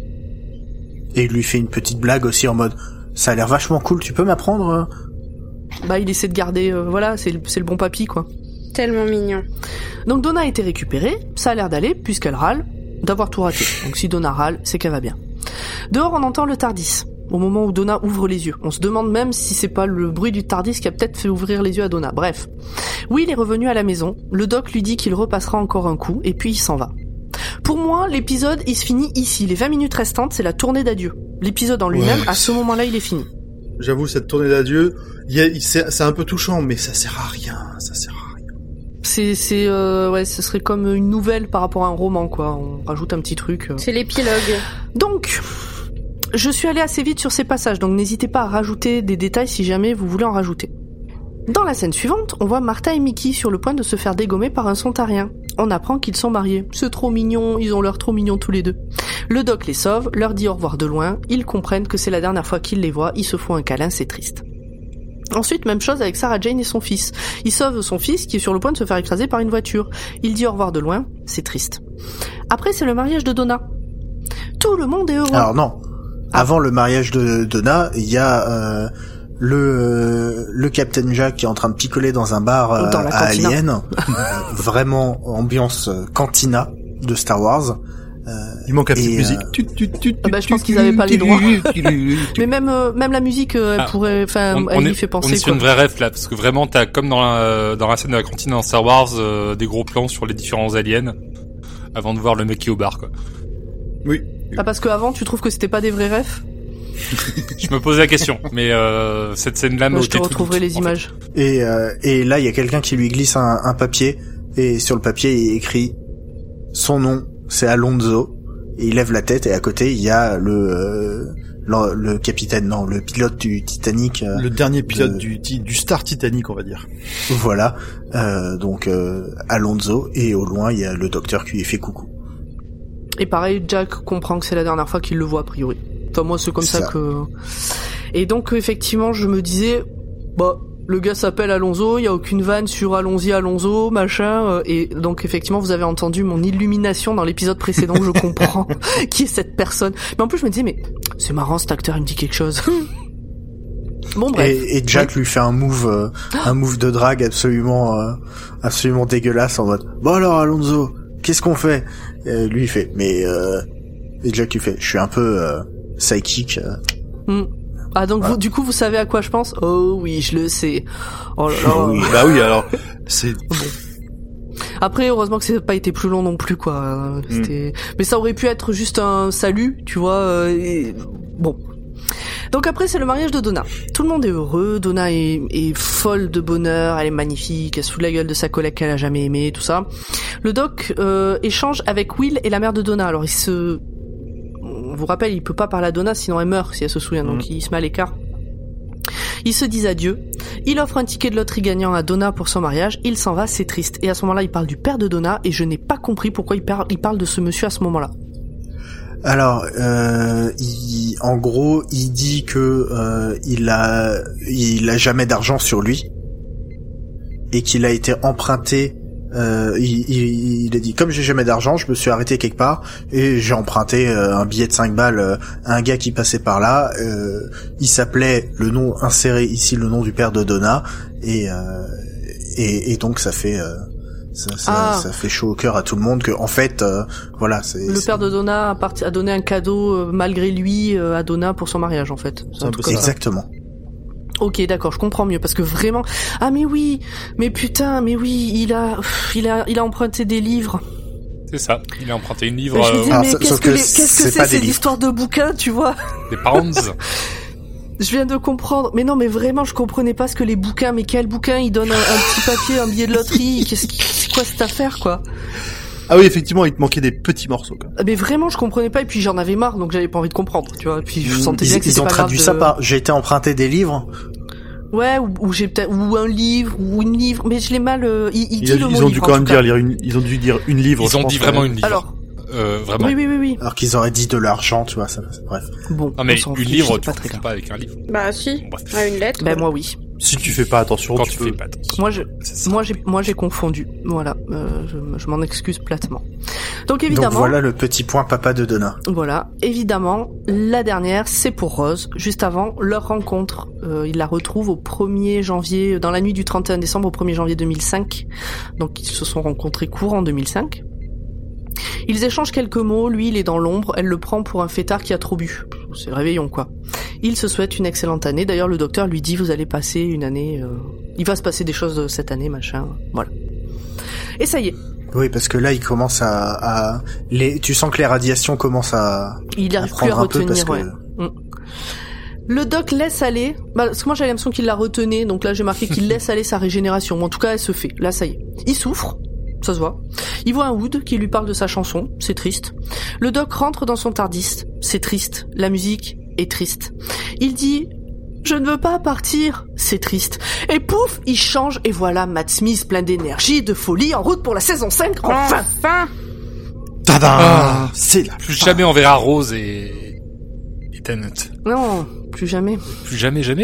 Speaker 3: Et il lui fait une petite blague aussi en mode ça a l'air vachement cool, tu peux m'apprendre euh
Speaker 4: Bah il essaie de garder, euh, voilà, c'est le, c'est le bon papy quoi.
Speaker 5: Tellement mignon.
Speaker 4: Donc Donna a été récupérée, ça a l'air d'aller, puisqu'elle râle, d'avoir tout raté. Donc si Donna râle, c'est qu'elle va bien. Dehors, on entend le TARDIS, au moment où Donna ouvre les yeux. On se demande même si c'est pas le bruit du TARDIS qui a peut-être fait ouvrir les yeux à Donna. Bref. Will est revenu à la maison, le doc lui dit qu'il repassera encore un coup, et puis il s'en va. Pour moi, l'épisode, il se finit ici. Les vingt minutes restantes, c'est la tournée d'adieu. L'épisode en lui-même,
Speaker 2: Ouais.
Speaker 4: à ce moment-là, il est fini.
Speaker 2: J'avoue, cette tournée d'adieu, il y a, il- c'est, c'est un peu touchant, mais ça sert à rien, ça sert à rien.
Speaker 4: C'est, c'est, euh, ouais, ce serait comme une nouvelle par rapport à un roman, quoi. On rajoute un petit truc. euh.
Speaker 5: C'est l'épilogue.
Speaker 4: Donc, je suis allée assez vite sur ces passages, donc n'hésitez pas à rajouter des détails si jamais vous voulez en rajouter. Dans la scène suivante, on voit Martha et Mickey sur le point de se faire dégommer par un sontarien. On apprend qu'ils sont mariés. C'est trop mignon, ils ont l'air trop mignons tous les deux. Le doc les sauve, leur dit au revoir de loin, ils comprennent que c'est la dernière fois qu'ils les voient, ils se font un câlin, c'est triste. Ensuite, même chose avec Sarah Jane et son fils. Il sauve son fils qui est sur le point de se faire écraser par une voiture. Il dit au revoir de loin, c'est triste. Après, c'est le mariage de Donna. Tout le monde est heureux.
Speaker 3: Alors non. Avant le mariage de Donna, il y a euh, le euh, le Captain Jack qui est en train de picoler dans un bar euh,
Speaker 4: Dans la
Speaker 3: à
Speaker 4: cantina.
Speaker 3: Alien. Euh, vraiment ambiance euh, cantina de Star Wars. Euh,
Speaker 2: Il manque un
Speaker 3: Et,
Speaker 2: petit
Speaker 3: euh,
Speaker 2: musique. Tu, tu, tu,
Speaker 4: Ah bah, je
Speaker 2: tu,
Speaker 4: pense
Speaker 2: tu,
Speaker 4: qu'ils avaient pas les
Speaker 2: tu,
Speaker 4: droits.
Speaker 2: tu, tu, tu.
Speaker 4: Mais même euh, même la musique, euh, elle
Speaker 6: Ah,
Speaker 4: pourrait, enfin,
Speaker 6: on,
Speaker 4: elle
Speaker 6: on
Speaker 4: y
Speaker 6: est,
Speaker 4: fait penser
Speaker 6: on est sur
Speaker 4: quoi.
Speaker 6: une vraie ref là, parce que vraiment t'as comme dans la, dans la scène de la cantine dans Star Wars, euh, des gros plans sur les différents aliens, avant de voir le mec qui est au bar quoi.
Speaker 2: Oui.
Speaker 4: Ah parce qu'avant, tu trouves que c'était pas des vrais refs.
Speaker 6: Je me posais la question, mais euh, cette scène-là m'a
Speaker 4: Moi, je te
Speaker 6: ôté tout
Speaker 4: retrouverai
Speaker 6: doute,
Speaker 4: les
Speaker 6: en fait.
Speaker 4: images.
Speaker 3: Et, euh, et là, il y a quelqu'un qui lui glisse un, un papier, et sur le papier, il écrit son nom, c'est Alonso, et il lève la tête, et à côté, il y a le, euh, le, le capitaine, non, le pilote du Titanic. Euh,
Speaker 2: le dernier pilote
Speaker 3: de...
Speaker 2: du, du Star Titanic, on va dire.
Speaker 3: Voilà, euh, donc euh, Alonso, et au loin, il y a le docteur qui lui fait coucou.
Speaker 4: Et pareil, Jack comprend que c'est la dernière fois qu'il le voit, a priori. Enfin, moi, c'est comme ça,
Speaker 3: ça
Speaker 4: que... Et donc, effectivement, je me disais, bah, le gars s'appelle Alonso, il y a aucune vanne sur allons-y Alonso, machin, euh, et donc, effectivement, vous avez entendu mon illumination dans l'épisode précédent, où je comprends qui est cette personne. Mais en plus, je me disais, mais c'est marrant, cet acteur, il me dit quelque chose. Bon, bref.
Speaker 3: Et, et Jack lui fait un move, euh, un move de drague absolument, euh, absolument dégueulasse en mode, bon alors Alonso, qu'est-ce qu'on fait? Et lui il fait, mais euh... et Jack lui fait, je suis un peu euh, psychique. Euh.
Speaker 4: Mm. Ah donc
Speaker 3: voilà.
Speaker 4: vous, du coup vous savez à quoi je pense? Oh oui, je le sais. Oh là là.
Speaker 2: Oui, bah oui, alors c'est
Speaker 4: bon. Après heureusement que ça n'a pas été plus long non plus quoi. C'était... Mm. Mais ça aurait pu être juste un salut, tu vois. Et... Bon. Donc après c'est le mariage de Donna. Tout le monde est heureux, Donna est, est folle de bonheur, elle est magnifique, elle se fout de la gueule de sa collègue qu'elle a jamais aimée, tout ça. Le doc euh, échange avec Will et la mère de Donna. Alors il se... On vous rappelle, il peut pas parler à Donna sinon elle meurt si elle se souvient, donc mmh. il se met à l'écart. Ils se disent adieu, il offre un ticket de loterie gagnant à Donna pour son mariage, il s'en va, c'est triste. Et à ce moment-là il parle du père de Donna et je n'ai pas compris pourquoi il parle, il parle de ce monsieur à ce moment-là.
Speaker 3: Alors, euh, il, en gros, il dit que euh, il a, il a jamais d'argent sur lui et qu'il a été emprunté. Euh, il, il, il a dit comme j'ai jamais d'argent, je me suis arrêté quelque part et j'ai emprunté euh, un billet de cinq balles euh, à un gars qui passait par là. Euh, il s'appelait le nom inséré ici, le nom du père de Donna et euh, et, et donc ça fait. Euh, Ça, ça, ah. ça fait chaud au cœur à tout le monde que, en fait, euh, voilà, c'est...
Speaker 4: Le
Speaker 3: c'est...
Speaker 4: père de Donna a, parti, a donné un cadeau, euh, malgré lui, euh, à Donna pour son mariage, en fait.
Speaker 3: C'est un c'est exactement.
Speaker 4: Ça. Ok, d'accord, je comprends mieux, parce que vraiment... Ah, mais oui, mais putain, mais oui, il a, pff, il a, il a emprunté des livres.
Speaker 6: C'est ça, il a emprunté une livre...
Speaker 4: Bah, je me disais,
Speaker 6: euh...
Speaker 4: mais
Speaker 3: Alors,
Speaker 4: qu'est-ce que,
Speaker 3: que
Speaker 4: les, qu'est-ce que c'est, c'est ces histoires de bouquins, tu vois?
Speaker 6: Des pounds.
Speaker 4: Je viens de comprendre. Mais non, mais vraiment, je comprenais pas ce que les bouquins, mais quel bouquin? Ils donnent un, un petit papier, un billet de loterie. Qu'est-ce qui, c'est quoi cette affaire, quoi?
Speaker 2: Ah oui, effectivement, il te manquait des petits morceaux, quoi.
Speaker 4: Mais vraiment, je comprenais pas, et puis j'en avais marre, donc j'avais pas envie de comprendre, tu vois. Et puis je sentais bien
Speaker 3: ils,
Speaker 4: que c'était
Speaker 3: ils ont
Speaker 4: pas
Speaker 3: traduit
Speaker 4: grave
Speaker 3: ça
Speaker 4: de...
Speaker 3: par, j'ai été emprunté des livres.
Speaker 4: Ouais, ou, ou j'ai peut-être, ou un livre, ou une livre, mais je l'ai mal, euh, il, il
Speaker 2: il
Speaker 4: dit
Speaker 2: a,
Speaker 4: le mot
Speaker 2: Ils ont
Speaker 4: livre,
Speaker 2: dû quand même dire, lire une, ils ont dû dire une livre.
Speaker 6: Ils ont dit vraiment une livre.
Speaker 4: Alors.
Speaker 6: Euh, vraiment.
Speaker 4: Oui, oui, oui, oui.
Speaker 3: Alors qu'ils auraient dit de l'argent, tu vois, ça, bref.
Speaker 4: Bon.
Speaker 6: Non, mais une
Speaker 4: fiche,
Speaker 6: livre, tu
Speaker 4: pas
Speaker 6: ne
Speaker 4: très
Speaker 6: pas avec un livre.
Speaker 5: Bah, si.
Speaker 6: Bon,
Speaker 5: ah, une lettre.
Speaker 4: Ben, moi, oui.
Speaker 2: Si tu fais pas attention,
Speaker 6: quand
Speaker 2: tu,
Speaker 6: tu
Speaker 2: peux...
Speaker 6: fais pas attention.
Speaker 4: Moi, je, moi, j'ai, moi, j'ai confondu. Voilà. Euh, je, je m'en excuse platement. Donc, évidemment.
Speaker 3: Donc, voilà le petit point papa de Donna.
Speaker 4: Voilà. Évidemment, la dernière, c'est pour Rose. Juste avant leur rencontre. Euh, il la retrouve au premier janvier, dans la nuit du trente et un décembre au premier janvier deux mille cinq. Donc, ils se sont rencontrés courant deux mille cinq. Ils échangent quelques mots, lui il est dans l'ombre, elle le prend pour un fêtard qui a trop bu. C'est réveillon quoi. Il se souhaite une excellente année, d'ailleurs le docteur lui dit vous allez passer une année... Euh... Il va se passer des choses cette année, machin, voilà. Et ça y est.
Speaker 3: Oui, parce que là il commence à... à... Les... Tu sens que les radiations commencent à...
Speaker 4: Il n'arrive plus à retenir, ouais. Que... Mm. Le doc laisse aller, bah, parce que moi j'avais l'impression qu'il la retenait, donc là j'ai marqué qu'il laisse aller sa régénération, en tout cas elle se fait, là ça y est. Il souffre, ça se voit. Il voit un Wood qui lui parle de sa chanson, c'est triste. Le doc rentre dans son TARDIS, c'est triste. La musique est triste. Il dit « Je ne veux pas partir », c'est triste. Et pouf, il change et voilà Matt Smith plein d'énergie, de folie, en route pour la saison cinq, enfin,
Speaker 5: enfin.
Speaker 2: Tada
Speaker 6: ah,
Speaker 2: c'est la
Speaker 6: Plus fin. Jamais on verra Rose et... et Tennant.
Speaker 4: Non, plus jamais.
Speaker 6: Plus jamais, jamais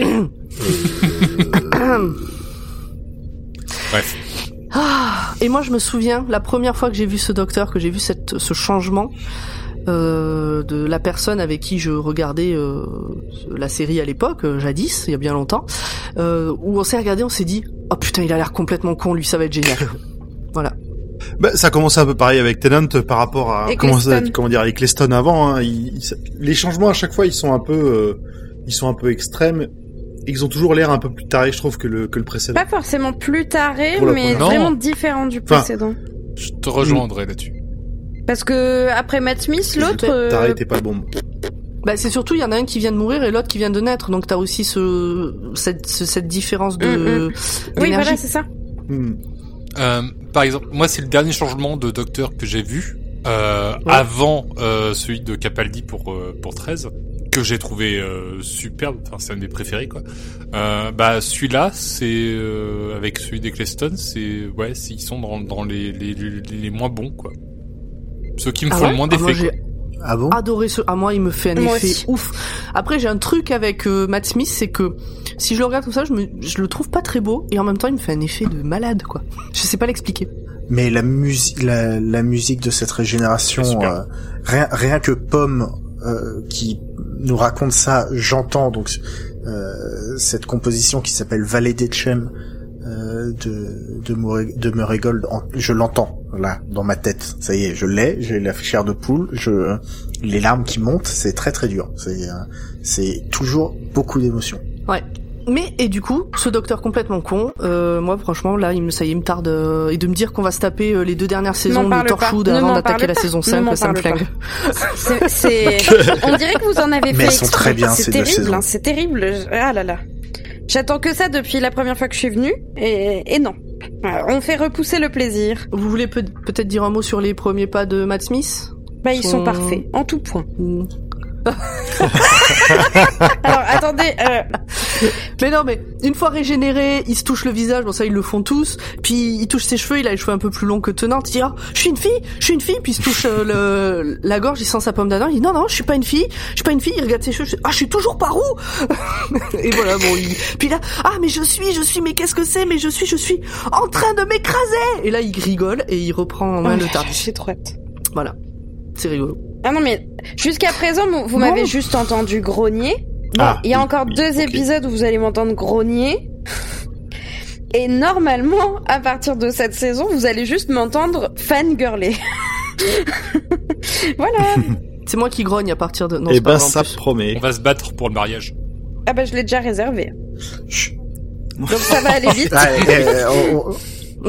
Speaker 6: Bref.
Speaker 4: Ah, et moi je me souviens la première fois que j'ai vu ce docteur, que j'ai vu cette, ce changement euh, de la personne avec qui je regardais euh, la série à l'époque, euh, jadis, il y a bien longtemps, euh, où on s'est regardé, on s'est dit oh putain il a l'air complètement con, lui ça va être génial. Voilà.
Speaker 2: Bah, ça a commencé un peu pareil avec Tennant par rapport à comment, ça, comment dire avec Eccleston avant. Hein, il, il, les changements à chaque fois ils sont un peu, euh, ils sont un peu extrêmes. Ils ont toujours l'air un peu plus tarés, je trouve, que le, que le précédent.
Speaker 5: Pas forcément plus tarés, mais vraiment différent du
Speaker 6: enfin,
Speaker 5: précédent.
Speaker 6: Je te rejoindrai là-dessus.
Speaker 5: Parce que, après Matt Smith, l'autre... Euh...
Speaker 2: Taré était pas le bon mot.
Speaker 4: Bah, c'est surtout, il y en a un qui vient de mourir et l'autre qui vient de naître. Donc, t'as aussi ce, cette, ce, cette différence de,
Speaker 5: mm-hmm. Oui, voilà, c'est ça.
Speaker 2: Mm.
Speaker 6: Euh, par exemple, moi, c'est le dernier changement de docteur que j'ai vu. Euh,
Speaker 4: Ouais.
Speaker 6: Avant euh, celui de Capaldi pour euh, pour treize, que j'ai trouvé euh, superbe, enfin c'est un de mes préférés quoi. Euh, bah celui-là, c'est euh, avec celui d'Eccleston, c'est ouais, c'est, ils sont dans dans les, les les les moins bons quoi. Ceux qui me
Speaker 4: Ah
Speaker 6: font
Speaker 4: ouais
Speaker 6: le moins
Speaker 4: Ah, moi,
Speaker 6: d'effet.
Speaker 4: j'ai
Speaker 6: quoi.
Speaker 3: Ah bon?
Speaker 4: adoré ce. Ah, moi, il me fait un
Speaker 5: Moi
Speaker 4: effet
Speaker 5: aussi.
Speaker 4: ouf. Après, j'ai un truc avec euh, Matt Smith, c'est que si je le regarde comme ça, je me, je le trouve pas très beau, et en même temps, il me fait un effet de malade, quoi. Je sais pas l'expliquer.
Speaker 3: Mais la musique, la, la musique de cette régénération,
Speaker 6: C'est super.
Speaker 3: euh, rien, rien que Pomme euh, qui nous raconte ça, j'entends donc euh, cette composition qui s'appelle Vallée d'Etchem euh, de de, Murray, de Murray Gold, en- je l'entends là dans ma tête. Ça y est, je l'ai, j'ai la chair de poule, je les larmes qui montent, c'est très très dur. C'est euh, c'est toujours beaucoup d'émotions.
Speaker 4: Ouais. Mais, et du coup, ce docteur complètement con, euh, moi, franchement, là, il me, ça y est, il me tarde, euh, et de me dire qu'on va se taper euh, les deux dernières saisons
Speaker 5: M'en
Speaker 4: de
Speaker 5: parle pas.
Speaker 4: Torchwood
Speaker 5: Ne
Speaker 4: avant
Speaker 5: m'en
Speaker 4: d'attaquer
Speaker 5: parle
Speaker 4: la
Speaker 5: pas.
Speaker 4: saison
Speaker 5: Ne
Speaker 4: cinq,
Speaker 5: m'en
Speaker 4: ça me
Speaker 5: parle
Speaker 4: flingue.
Speaker 5: C'est, c'est... On dirait que vous en avez
Speaker 3: Mais
Speaker 5: fait
Speaker 3: elles sont
Speaker 5: exprès.
Speaker 3: très bien,
Speaker 5: c'est
Speaker 3: ces deux
Speaker 5: terrible,
Speaker 3: saisons.
Speaker 5: hein, c'est terrible. Ah là là. J'attends que ça depuis la première fois que je suis venue, et, et non. Voilà, on fait repousser le plaisir.
Speaker 4: Vous voulez peut- peut-être dire un mot sur les premiers pas de Matt Smith?
Speaker 5: Bah, ils sont
Speaker 4: Son-
Speaker 5: parfaits, en tout point.
Speaker 4: Ou-
Speaker 5: Alors, attendez, euh,
Speaker 4: Mais non, mais une fois régénéré, il se touche le visage, bon ça ils le font tous, puis il touche ses cheveux, il a les cheveux un peu plus longs que tenante, il dit « Ah, je suis une fille, je suis une fille !» Puis il se touche euh, le, la gorge, il sent sa pomme d'Adam, il dit « Non, non, je suis pas une fille, je suis pas une fille !» Il regarde ses cheveux, « Ah, je suis toujours pas roux !» Et voilà, bon, il... Puis là, « Ah, mais je suis, je suis, mais qu'est-ce que c'est? Mais je suis, je suis en train de m'écraser !» Et là, il rigole, et il reprend en main
Speaker 5: oh,
Speaker 4: le tardif.
Speaker 5: j'ai trop hâte.
Speaker 4: Voilà, c'est rigolo.
Speaker 5: Ah non, mais jusqu'à présent, vous, vous
Speaker 4: Non.
Speaker 5: m'avez juste entendu grogner. Bon,
Speaker 2: Ah,
Speaker 5: il y a
Speaker 2: oui,
Speaker 5: encore
Speaker 2: oui,
Speaker 5: deux
Speaker 2: ok.
Speaker 5: épisodes où vous allez m'entendre grogner. Et normalement, à partir de cette saison, vous allez juste m'entendre fangirler. Voilà.
Speaker 4: C'est moi qui grogne à partir de... Non,
Speaker 2: Eh
Speaker 4: c'est pas
Speaker 2: ben,
Speaker 4: vrai, en
Speaker 2: ça
Speaker 4: plus.
Speaker 2: promet.
Speaker 6: On va se battre pour le mariage.
Speaker 5: Ah bah, je l'ai déjà réservé.
Speaker 3: Chut.
Speaker 5: Donc ça va aller vite.
Speaker 3: Ah, eh, eh, on- on-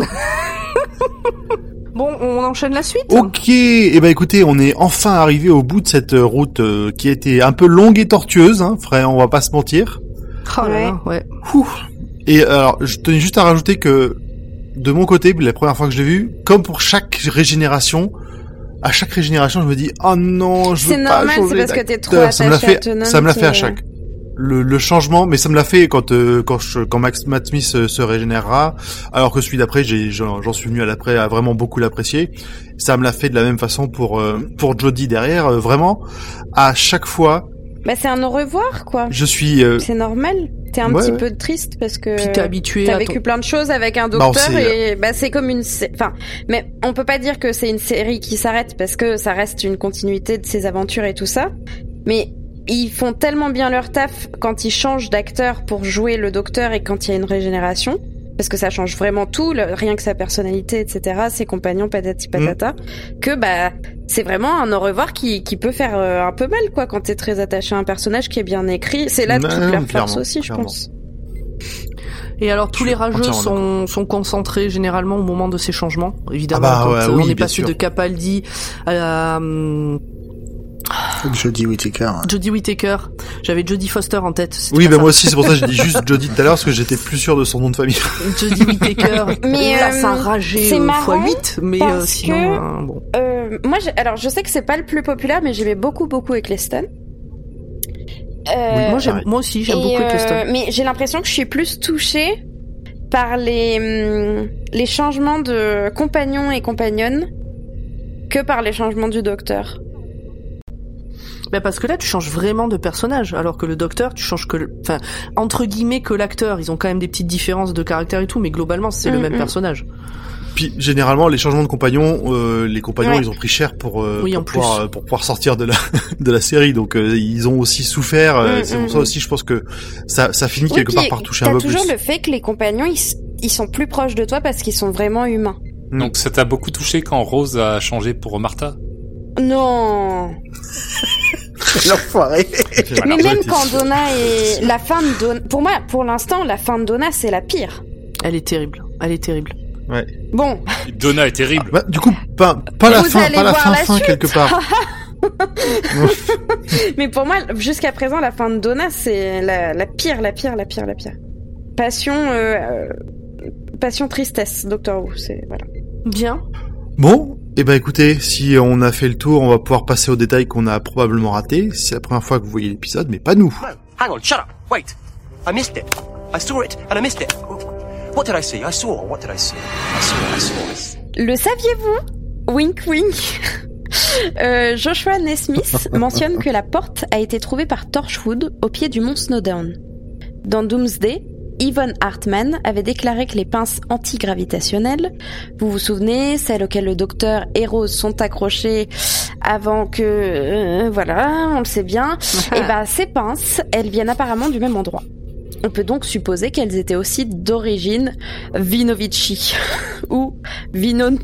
Speaker 4: Bon, on enchaîne la suite.
Speaker 2: Ok, et ben écoutez, on est enfin arrivé au bout de cette euh, route euh, qui a été un peu longue et tortueuse, hein, frère, on va pas se mentir.
Speaker 4: Oh là là, ouais.
Speaker 2: Ouh. Et alors, je tenais juste à rajouter que de mon côté, la première fois que je l'ai vu, comme pour chaque régénération, à chaque régénération, je me dis oh non, je veux
Speaker 5: C'est
Speaker 2: pas
Speaker 5: normal,
Speaker 2: changer
Speaker 5: c'est parce que t'es trop
Speaker 2: d'acteur. Ça me l'a
Speaker 5: attaché à
Speaker 2: fait,
Speaker 5: Tennant
Speaker 2: ça me l'a fait à
Speaker 5: et-
Speaker 2: chaque. Le, le changement, mais ça me l'a fait quand euh, quand je, quand Max Matt Smith se, se régénérera, alors que celui d'après, j'ai j'en, j'en suis venu à l'après à vraiment beaucoup l'apprécier. Ça me l'a fait de la même façon pour euh, pour Jodie derrière, euh, vraiment. À chaque fois,
Speaker 5: Bah, c'est un au revoir, quoi.
Speaker 2: je suis euh,
Speaker 5: C'est normal. T'es un
Speaker 2: Ouais,
Speaker 5: petit
Speaker 2: ouais.
Speaker 5: peu triste parce que
Speaker 4: Puis t'es habitué
Speaker 5: t'as
Speaker 4: à
Speaker 5: vécu
Speaker 4: ton...
Speaker 5: plein de choses avec un
Speaker 2: Bah,
Speaker 5: docteur
Speaker 2: on sait,
Speaker 5: et bah c'est comme une sé- enfin mais on peut pas dire que c'est une série qui s'arrête parce que ça reste une continuité de ses aventures et tout ça, mais ils font tellement bien leur taf quand ils changent d'acteur pour jouer le docteur et quand il y a une régénération, parce que ça change vraiment tout, le- rien que sa personnalité, et cetera, ses compagnons, patati patata, que bah c'est vraiment un au revoir qui, qui peut faire euh, un peu mal, quoi, quand t'es très attaché à un personnage qui est bien écrit. C'est là
Speaker 2: Non,
Speaker 5: toute leur
Speaker 2: clairement,
Speaker 5: force aussi, je
Speaker 2: clairement.
Speaker 5: pense.
Speaker 4: Et alors tous
Speaker 2: Je
Speaker 4: les
Speaker 2: suis
Speaker 4: rageux
Speaker 2: entièrement
Speaker 4: sont, sont concentrés généralement au moment de ces changements, évidemment.
Speaker 2: Ah bah
Speaker 4: quand
Speaker 2: ouais,
Speaker 4: euh,
Speaker 2: oui,
Speaker 4: on est
Speaker 2: bien
Speaker 4: passé
Speaker 2: sûr.
Speaker 4: de Capaldi à hum,
Speaker 3: Jodie Whittaker. hein.
Speaker 4: Jodie Whittaker. J'avais Jodie Foster en tête. c'était
Speaker 2: oui,
Speaker 4: pas
Speaker 2: ben
Speaker 4: ça.
Speaker 2: moi aussi, c'est pour ça que j'ai dit juste Jodie tout à l'heure parce que j'étais plus sûr de son nom de famille.
Speaker 4: Jodie Whittaker.
Speaker 5: Mais,
Speaker 4: là,
Speaker 5: euh,
Speaker 4: ça a ragé
Speaker 5: c'est
Speaker 4: euh,
Speaker 5: marrant
Speaker 4: fois huit, mais euh,
Speaker 5: parce
Speaker 4: sinon,
Speaker 5: que-
Speaker 4: euh, bon.
Speaker 5: Euh, moi, j'ai- alors je sais que c'est pas le plus populaire, mais j'aimais beaucoup beaucoup Eccleston. Euh,
Speaker 4: moi, j'aime,
Speaker 2: pareil.
Speaker 4: moi aussi, j'aime
Speaker 5: et,
Speaker 4: beaucoup
Speaker 5: euh,
Speaker 4: Eccleston.
Speaker 5: mais j'ai l'impression que je suis plus touchée par les hum, les changements de compagnons et compagnonnes que par les changements du docteur.
Speaker 4: Bah parce que là, tu changes vraiment de personnage, alors que le docteur, tu changes que, le... enfin, entre guillemets que l'acteur. Ils ont quand même des petites différences de caractère et tout, mais globalement, c'est le
Speaker 5: Mm,
Speaker 4: même
Speaker 5: mm.
Speaker 4: personnage.
Speaker 2: Puis généralement, les changements de compagnons, euh, les compagnons,
Speaker 5: Ouais.
Speaker 2: ils ont pris cher pour euh,
Speaker 4: Oui,
Speaker 2: pour,
Speaker 4: en plus.
Speaker 2: pouvoir, euh, pour pouvoir sortir de la de la série. Donc euh, ils ont aussi souffert. euh,
Speaker 5: Mm,
Speaker 2: c'est
Speaker 5: mm,
Speaker 2: pour ça
Speaker 5: mm.
Speaker 2: aussi, je pense que ça ça finit
Speaker 5: Oui,
Speaker 2: quelque part
Speaker 5: puis
Speaker 2: par toucher un
Speaker 5: t'as
Speaker 2: peu
Speaker 5: toujours
Speaker 2: plus.
Speaker 5: le fait que les compagnons ils, s- ils sont plus proches de toi parce qu'ils sont vraiment humains.
Speaker 2: Mm.
Speaker 6: Donc ça t'a beaucoup touché quand Rose a changé pour Martha.
Speaker 5: Non.
Speaker 3: L'enfoiré.
Speaker 6: Voilà.
Speaker 5: Mais même
Speaker 2: Jodie.
Speaker 5: quand Donna est la fin de Donna, pour moi, pour l'instant, la fin de Donna c'est la pire.
Speaker 4: Elle est terrible. Elle est terrible.
Speaker 5: Bon,
Speaker 6: Donna est terrible.
Speaker 2: Bah, du coup, pas pas la
Speaker 5: Vous
Speaker 2: fin,
Speaker 5: allez
Speaker 2: pas la
Speaker 5: voir
Speaker 2: fin
Speaker 5: la
Speaker 2: fin
Speaker 5: suite.
Speaker 2: quelque part.
Speaker 5: mais pour moi, jusqu'à présent, la fin de Donna c'est la, la pire, la pire, la pire, la pire. Passion, euh, euh, passion tristesse, Doctor Who, c'est voilà.
Speaker 4: Bien.
Speaker 2: Bon, Eh ben écoutez, si on a fait le tour, on va pouvoir passer aux détails qu'on a probablement ratés. C'est la première fois que vous voyez l'épisode, mais pas nous.
Speaker 1: No, hang on, shut up, wait. I missed it. I saw it and I missed it. What did I see? I saw, what did I see? I saw, I saw, I saw.
Speaker 5: Le saviez-vous? Wink wink. euh, Joshua Nesmith mentionne que la porte a été trouvée par Torchwood au pied du mont Snowdown. Dans Doomsday, Yvonne Hartman avait déclaré que les pinces antigravitationnelles, vous vous souvenez, celles auxquelles le docteur et Rose sont accrochés avant que... Euh, voilà, on le sait bien. Et ben ces pinces, elles viennent apparemment du même endroit. On peut donc supposer qu'elles étaient aussi d'origine Vinovici ou Vinon.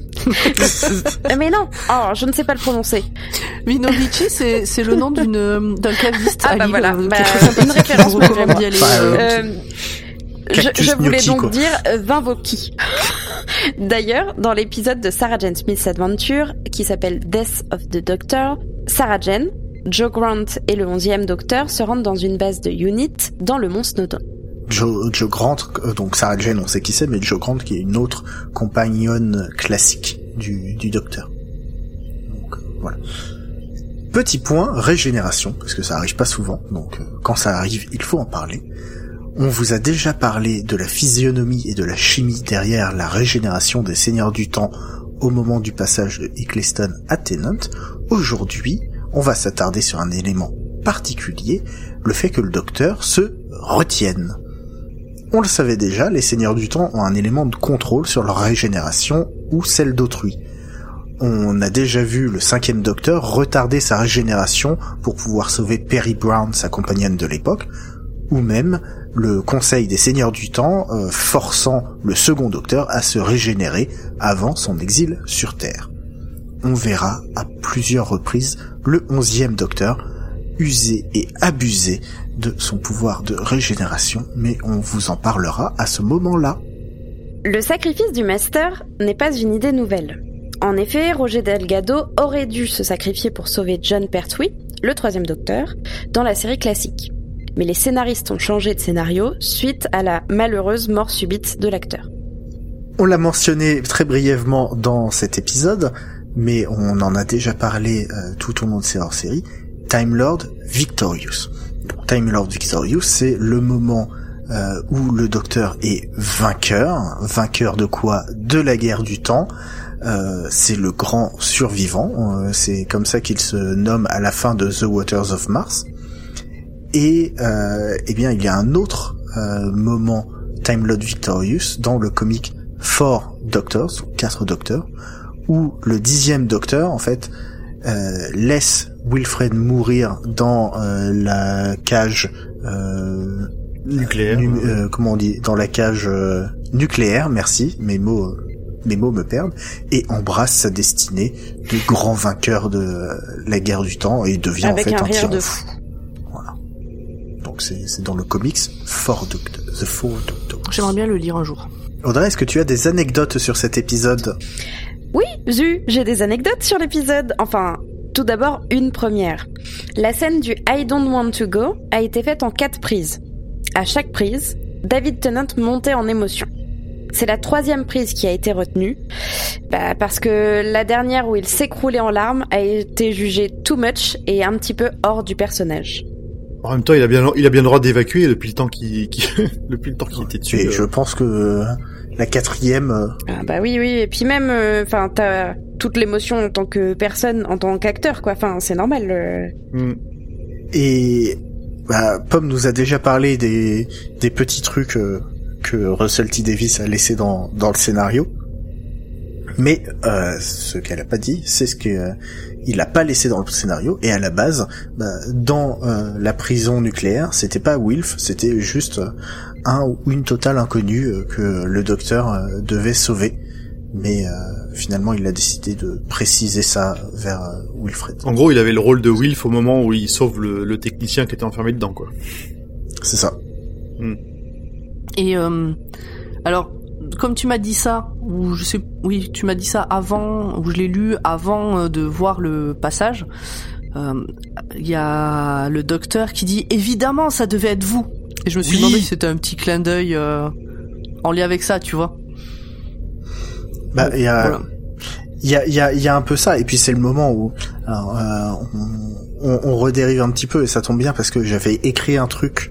Speaker 5: Mais non, oh, je ne sais pas le prononcer.
Speaker 4: Vinovici, c'est c'est le nom d'une d'un caviste.
Speaker 5: Ah
Speaker 4: à
Speaker 5: bah
Speaker 4: Lille,
Speaker 5: voilà,
Speaker 4: euh,
Speaker 5: bah,
Speaker 4: quelque
Speaker 5: une référence malgré moi.
Speaker 4: d'y aller,
Speaker 3: Bah,
Speaker 4: euh,
Speaker 5: Euh, je,
Speaker 3: Cactus
Speaker 5: je voulais
Speaker 3: gnocchi,
Speaker 5: donc
Speaker 3: quoi.
Speaker 5: dire euh, vin vodki. D'ailleurs, dans l'épisode de Sarah Jane Smith's Adventure, qui s'appelle Death of the Doctor, Sarah Jane, Joe Grant et le onzième Docteur se rendent dans une base de Unit dans le mont Snowdown.
Speaker 3: Joe, Joe Grant, euh, donc Sarah Jane, on sait qui c'est, mais Joe Grant qui est une autre compagnonne classique du, du Docteur. Donc, euh, voilà. Petit point, régénération, parce que ça arrive pas souvent, donc euh, quand ça arrive, il faut en parler. On vous a déjà parlé de la physionomie et de la chimie derrière la régénération des Seigneurs du Temps au moment du passage de Eccleston à Tennant. Aujourd'hui, on va s'attarder sur un élément particulier, le fait que le Docteur se retienne. On le savait déjà, les Seigneurs du Temps ont un élément de contrôle sur leur régénération ou celle d'autrui. On a déjà vu le cinquième Docteur retarder sa régénération pour pouvoir sauver Perry Brown, sa compagnonne de l'époque, ou même le Conseil des Seigneurs du Temps euh, forçant le second Docteur à se régénérer avant son exil sur Terre. On verra à plusieurs reprises le onzième Docteur user et abuser de son pouvoir de régénération, mais on vous en parlera à ce moment-là.
Speaker 5: Le sacrifice du Master n'est pas une idée nouvelle. En effet, Roger Delgado aurait dû se sacrifier pour sauver John Pertwee, le troisième Docteur, dans la série classique. Mais les scénaristes ont changé de scénario suite à la malheureuse mort subite de l'acteur.
Speaker 3: On l'a mentionné très brièvement dans cet épisode, mais on en a déjà parlé euh, tout au long de ces hors-séries. Time Lord Victorious. Donc, Time Lord Victorious, c'est le moment euh, où le Docteur est vainqueur. Vainqueur de quoi? De la guerre du temps. Euh, c'est le grand survivant. Euh, c'est comme ça qu'il se nomme à la fin de The Waters of Mars. Et euh, eh bien, il y a un autre euh, moment Time Lord Victorious dans le comic Four Doctors, quatre docteurs, où le dixième Docteur, en fait, euh, laisse Wilfred mourir dans euh, la cage euh,
Speaker 2: Nucléaire.
Speaker 3: nu- euh, comment on dit, dans la cage euh, nucléaire. Merci, mes mots, euh, mes mots me perdent. Et embrasse sa destinée de grand vainqueur de euh, la guerre du temps et devient
Speaker 5: Avec
Speaker 3: en fait
Speaker 5: un
Speaker 3: un,
Speaker 5: rire
Speaker 3: tyran
Speaker 5: de
Speaker 3: fou. Voilà. Donc c'est, c'est dans le comics Four Doctors, The Four Doctors.
Speaker 4: J'aimerais bien le lire un jour.
Speaker 3: Audrey, est-ce que tu as des anecdotes sur cet épisode?
Speaker 5: Oui, Zu, j'ai des anecdotes sur l'épisode. Enfin, tout d'abord, une première. La scène du I Don't Want to Go a été faite en quatre prises. À chaque prise, David Tennant montait en émotion. C'est la troisième prise qui a été retenue, bah, parce que la dernière où il s'écroulait en larmes a été jugée too much et un petit peu hors du personnage.
Speaker 2: En même temps, il a bien, il a bien le droit d'évacuer depuis le temps qu'il, qu'il depuis le temps qu'il était dessus.
Speaker 3: Et
Speaker 2: euh.
Speaker 3: je pense que euh, la quatrième... euh,
Speaker 5: Ah bah oui, oui, et puis même, enfin, euh, t'as toute l'émotion en tant que personne, en tant qu'acteur, quoi. Enfin, c'est normal. Euh...
Speaker 2: Mm.
Speaker 3: Et bah, Pomme nous a déjà parlé des, des petits trucs euh, que Russell T Davies a laissé dans, dans le scénario. Mais euh, ce qu'elle a pas dit, c'est ce qu'il euh, a pas laissé dans le scénario. Et à la base, bah, dans euh, la prison nucléaire, c'était pas Wilf, c'était juste euh, un ou une totale inconnue euh, que le docteur euh, devait sauver. Mais euh, finalement, il a décidé de préciser ça vers euh, Wilfred.
Speaker 2: En gros, il avait le rôle de Wilf au moment où il sauve le, le technicien qui était enfermé dedans, quoi.
Speaker 3: C'est ça.
Speaker 2: Mm.
Speaker 4: Et euh, alors, comme tu m'as dit ça, ou je sais, oui, tu m'as dit ça avant, ou je l'ai lu avant euh, de voir le passage. Il euh, y a le docteur qui dit évidemment, ça devait être vous. Et je me suis
Speaker 2: Oui.
Speaker 4: demandé si c'était un petit clin d'œil euh, en lien avec ça, tu vois.
Speaker 3: Bah, il y a,
Speaker 4: Voilà.
Speaker 3: il y a, il y a, il y a un peu ça. Et puis c'est le moment où alors, euh, on, on, on redérive un petit peu et ça tombe bien parce que j'avais écrit un truc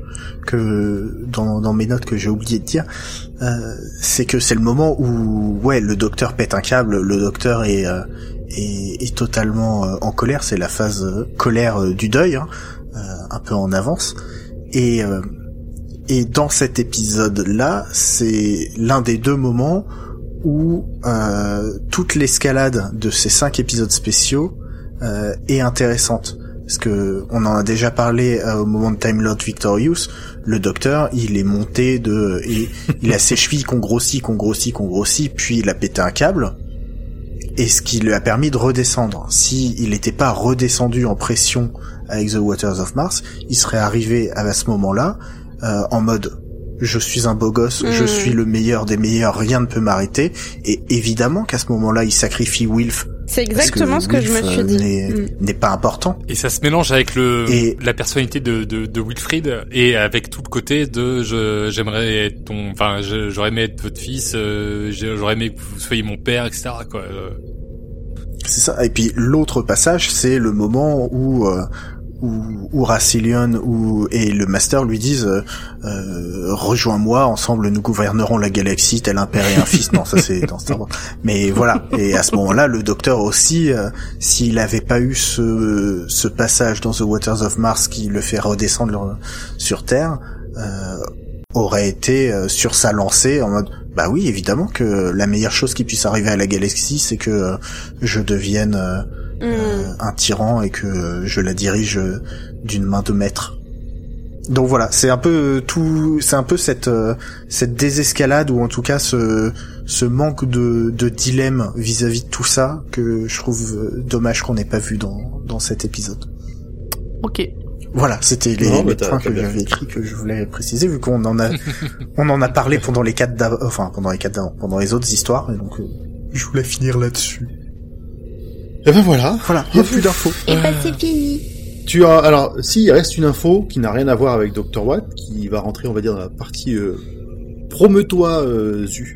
Speaker 3: que dans, dans mes notes que j'ai oublié de dire. Euh, c'est que c'est le moment où ouais le docteur pète un câble, le docteur est euh, est, est totalement euh, en colère. C'est la phase euh, colère euh, du deuil, hein, euh, un peu en avance. Et euh, et dans cet épisode-là, c'est l'un des deux moments où euh, toute l'escalade de ces cinq épisodes spéciaux euh, est intéressante. Parce que on en a déjà parlé euh, au moment de Time Lord Victorious, le docteur, il est monté de... Il, il a ses chevilles qu'on grossit, qu'on grossit, qu'on grossit, puis il a pété un câble, et ce qui lui a permis de redescendre. Si il n'était pas redescendu en pression avec The Waters of Mars, il serait arrivé à ce moment-là euh, en mode... Je suis un beau gosse, mmh. je suis le meilleur des meilleurs, rien ne peut m'arrêter. Et évidemment qu'à ce moment-là, il sacrifie Wilf.
Speaker 5: C'est exactement ce que
Speaker 3: Wilf,
Speaker 5: je me suis dit.
Speaker 3: N'est, mmh. n'est pas important.
Speaker 6: Et ça se mélange avec le
Speaker 3: et...
Speaker 6: la personnalité de, de, de Wilfried et avec tout le côté de je j'aimerais être ton, enfin je, j'aurais aimé être votre fils, euh, j'aurais aimé que vous soyez mon père, et cetera. Quoi.
Speaker 3: C'est ça. Et puis l'autre passage, c'est le moment où euh, où, où Rassillion ou et le Master lui disent euh, euh, rejoins-moi, ensemble nous gouvernerons la galaxie tel un père et un fils. Non, ça c'est dans Star Wars. Mais voilà. Et à ce moment-là, le Docteur aussi, euh, s'il avait pas eu ce ce passage dans The Waters of Mars qui le fait redescendre sur Terre, euh, aurait été euh, sur sa lancée en mode bah oui, évidemment que la meilleure chose qui puisse arriver à la galaxie, c'est que euh, je devienne euh, Mmh. Euh, un tyran et que je la dirige d'une main de maître. Donc voilà, c'est un peu tout, c'est un peu cette euh, cette désescalade ou en tout cas ce ce manque de de dilemme vis-à-vis de tout ça que je trouve dommage qu'on n'ait pas vu dans dans cet épisode.
Speaker 4: Ok.
Speaker 3: Voilà, c'était les, non, les points que j'avais écrits que je voulais préciser vu qu'on en a on en a parlé pendant les quatre d'avant, enfin pendant les quatre d'avant, pendant les autres histoires et donc euh, je voulais finir là-dessus.
Speaker 2: Et ben voilà.
Speaker 3: Voilà, il n'y a plus d'infos.
Speaker 5: Et ben c'est fini.
Speaker 2: Tu as, alors, si, il reste une info qui n'a rien à voir avec docteur Watt, qui va rentrer, on va dire, dans la partie, euh, prometoi, euh, Zu.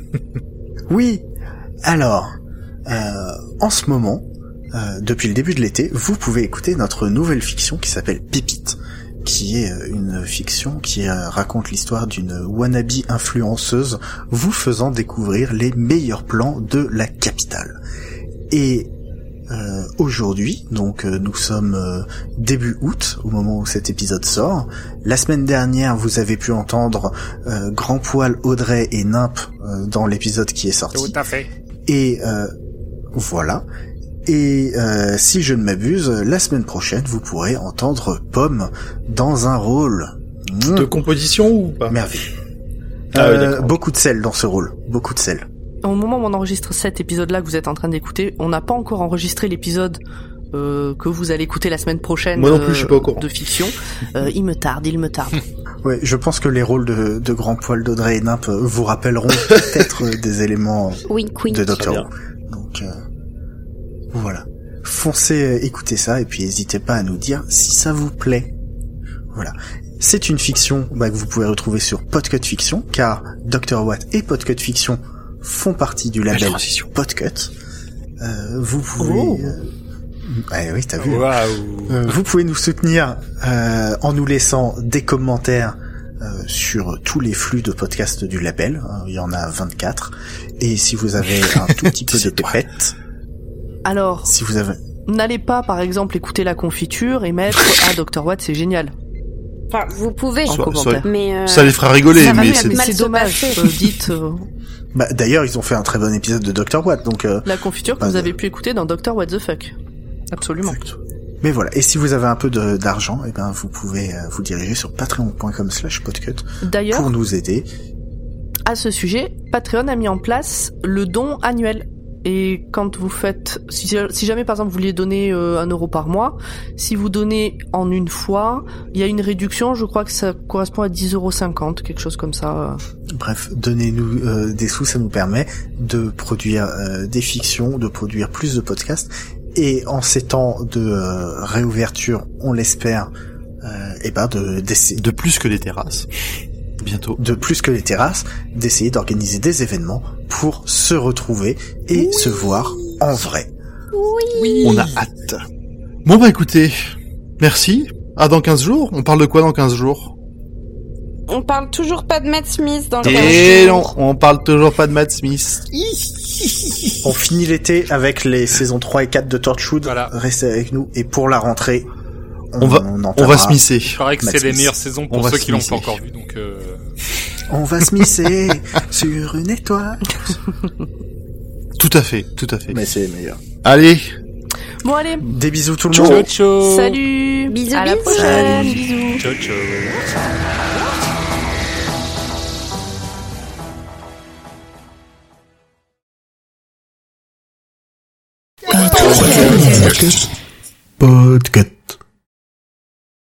Speaker 3: Oui. Alors, euh, en ce moment, euh, depuis le début de l'été, vous pouvez écouter notre nouvelle fiction qui s'appelle Pépite, qui est une fiction qui euh, raconte l'histoire d'une wannabe influenceuse vous faisant découvrir les meilleurs plans de la capitale. Et Euh, aujourd'hui, donc euh, nous sommes euh, début août au moment où cet épisode sort. La semaine dernière, vous avez pu entendre euh, Grand Poil, Audrey et Nymphe euh, dans l'épisode qui est sorti.
Speaker 6: Tout à fait.
Speaker 3: Et euh, voilà. Et euh, si je ne m'abuse, la semaine prochaine, vous pourrez entendre Pomme dans un rôle mmh.
Speaker 2: de composition ou pas?
Speaker 3: Merveilleux.
Speaker 2: Ah,
Speaker 3: euh,
Speaker 2: oui,
Speaker 3: beaucoup de sel dans ce rôle, beaucoup de sel.
Speaker 4: Au moment où on enregistre cet épisode-là que vous êtes en train d'écouter, on n'a pas encore enregistré l'épisode euh, que vous allez écouter la semaine prochaine.
Speaker 2: Moi non plus, euh, je suis pas au courant.
Speaker 4: De fiction. Euh, il me tarde, il me tarde.
Speaker 3: Ouais, je pense que les rôles de, de Grand Poil, d'Audrey et Nymphe vous rappelleront peut-être des éléments
Speaker 5: wink, wink.
Speaker 3: de Doctor Who. Donc euh, voilà. Foncez écoutez ça et puis n'hésitez pas à nous dire si ça vous plaît. Voilà. C'est une fiction bah, que vous pouvez retrouver sur Podcut Fiction, car docteur Watt et Podcut Fiction font partie du label Podcut. Euh, vous pouvez...
Speaker 4: Oh.
Speaker 3: Euh... Ah oui, t'as vu.
Speaker 6: Wow.
Speaker 3: Euh, vous pouvez nous soutenir euh, en nous laissant des commentaires euh, sur tous les flux de podcasts du label. Euh, il y en a vingt-quatre. Et si vous avez un tout petit peu de pépette...
Speaker 4: Alors,
Speaker 3: si vous avez...
Speaker 4: n'allez pas, par exemple, écouter La Confiture et mettre « Ah, docteur Watt, c'est génial ».
Speaker 5: Enfin, vous pouvez,
Speaker 2: en commentaire.
Speaker 5: Mais euh...
Speaker 2: ça les fera rigoler,
Speaker 5: ça
Speaker 2: mais,
Speaker 5: mais
Speaker 2: c'est,
Speaker 4: mais c'est dommage. Euh, dites. Euh...
Speaker 3: Bah, d'ailleurs, ils ont fait un très bon épisode de docteur Watt, donc. Euh,
Speaker 4: La Confiture que vous de... avez pu écouter dans docteur What the Fuck. Absolument.
Speaker 3: Exact. Mais voilà. Et si vous avez un peu de, d'argent, eh ben, vous pouvez euh, vous diriger sur patreon point com slash podcut.
Speaker 4: D'ailleurs,
Speaker 3: pour nous aider.
Speaker 4: À ce sujet, Patreon a mis en place le don annuel. Et quand vous faites, si, si jamais par exemple vous vouliez donner euh, un euro par mois, si vous donnez en une fois, il y a une réduction, je crois que ça correspond à dix euros cinquante, quelque chose comme ça.
Speaker 3: Bref, donnez-nous euh, des sous, ça nous permet de produire euh, des fictions, de produire plus de podcasts. Et en ces temps de euh, réouverture, on l'espère, euh, et ben de d'essayer
Speaker 2: de plus que les terrasses. Bientôt.
Speaker 3: De plus que les terrasses, d'essayer d'organiser des événements pour se retrouver et oui. se voir en vrai.
Speaker 5: Oui.
Speaker 2: On a hâte. Bon bah écoutez, merci. À dans quinze jours. On parle de quoi dans quinze jours?
Speaker 5: On parle toujours pas de Matt Smith dans le
Speaker 2: Et non, on parle toujours pas de Matt Smith.
Speaker 3: On finit l'été avec les saisons trois et quatre de Torchwood.
Speaker 6: Voilà.
Speaker 3: Restez avec nous. Et pour la rentrée, on,
Speaker 2: On va,
Speaker 3: on,
Speaker 2: on va smisser.
Speaker 6: Il paraît que
Speaker 3: Matt
Speaker 6: c'est les
Speaker 3: Smith.
Speaker 6: meilleures saisons
Speaker 2: On
Speaker 6: pour
Speaker 2: va
Speaker 6: ceux qui l'ont
Speaker 2: smisser.
Speaker 6: pas encore vu, donc euh...
Speaker 3: On va smisser sur une étoile.
Speaker 2: Tout à fait, tout à fait.
Speaker 3: Mais c'est meilleur.
Speaker 2: Allez,
Speaker 4: Bon allez,
Speaker 3: Des bisous tout le
Speaker 6: ciao
Speaker 3: monde.
Speaker 6: ciao.
Speaker 4: salut,
Speaker 5: Bisous,
Speaker 4: à la
Speaker 5: bisous.
Speaker 4: prochaine,
Speaker 3: Salut.
Speaker 4: bisous.
Speaker 6: Ciao ciao.
Speaker 3: Podcast.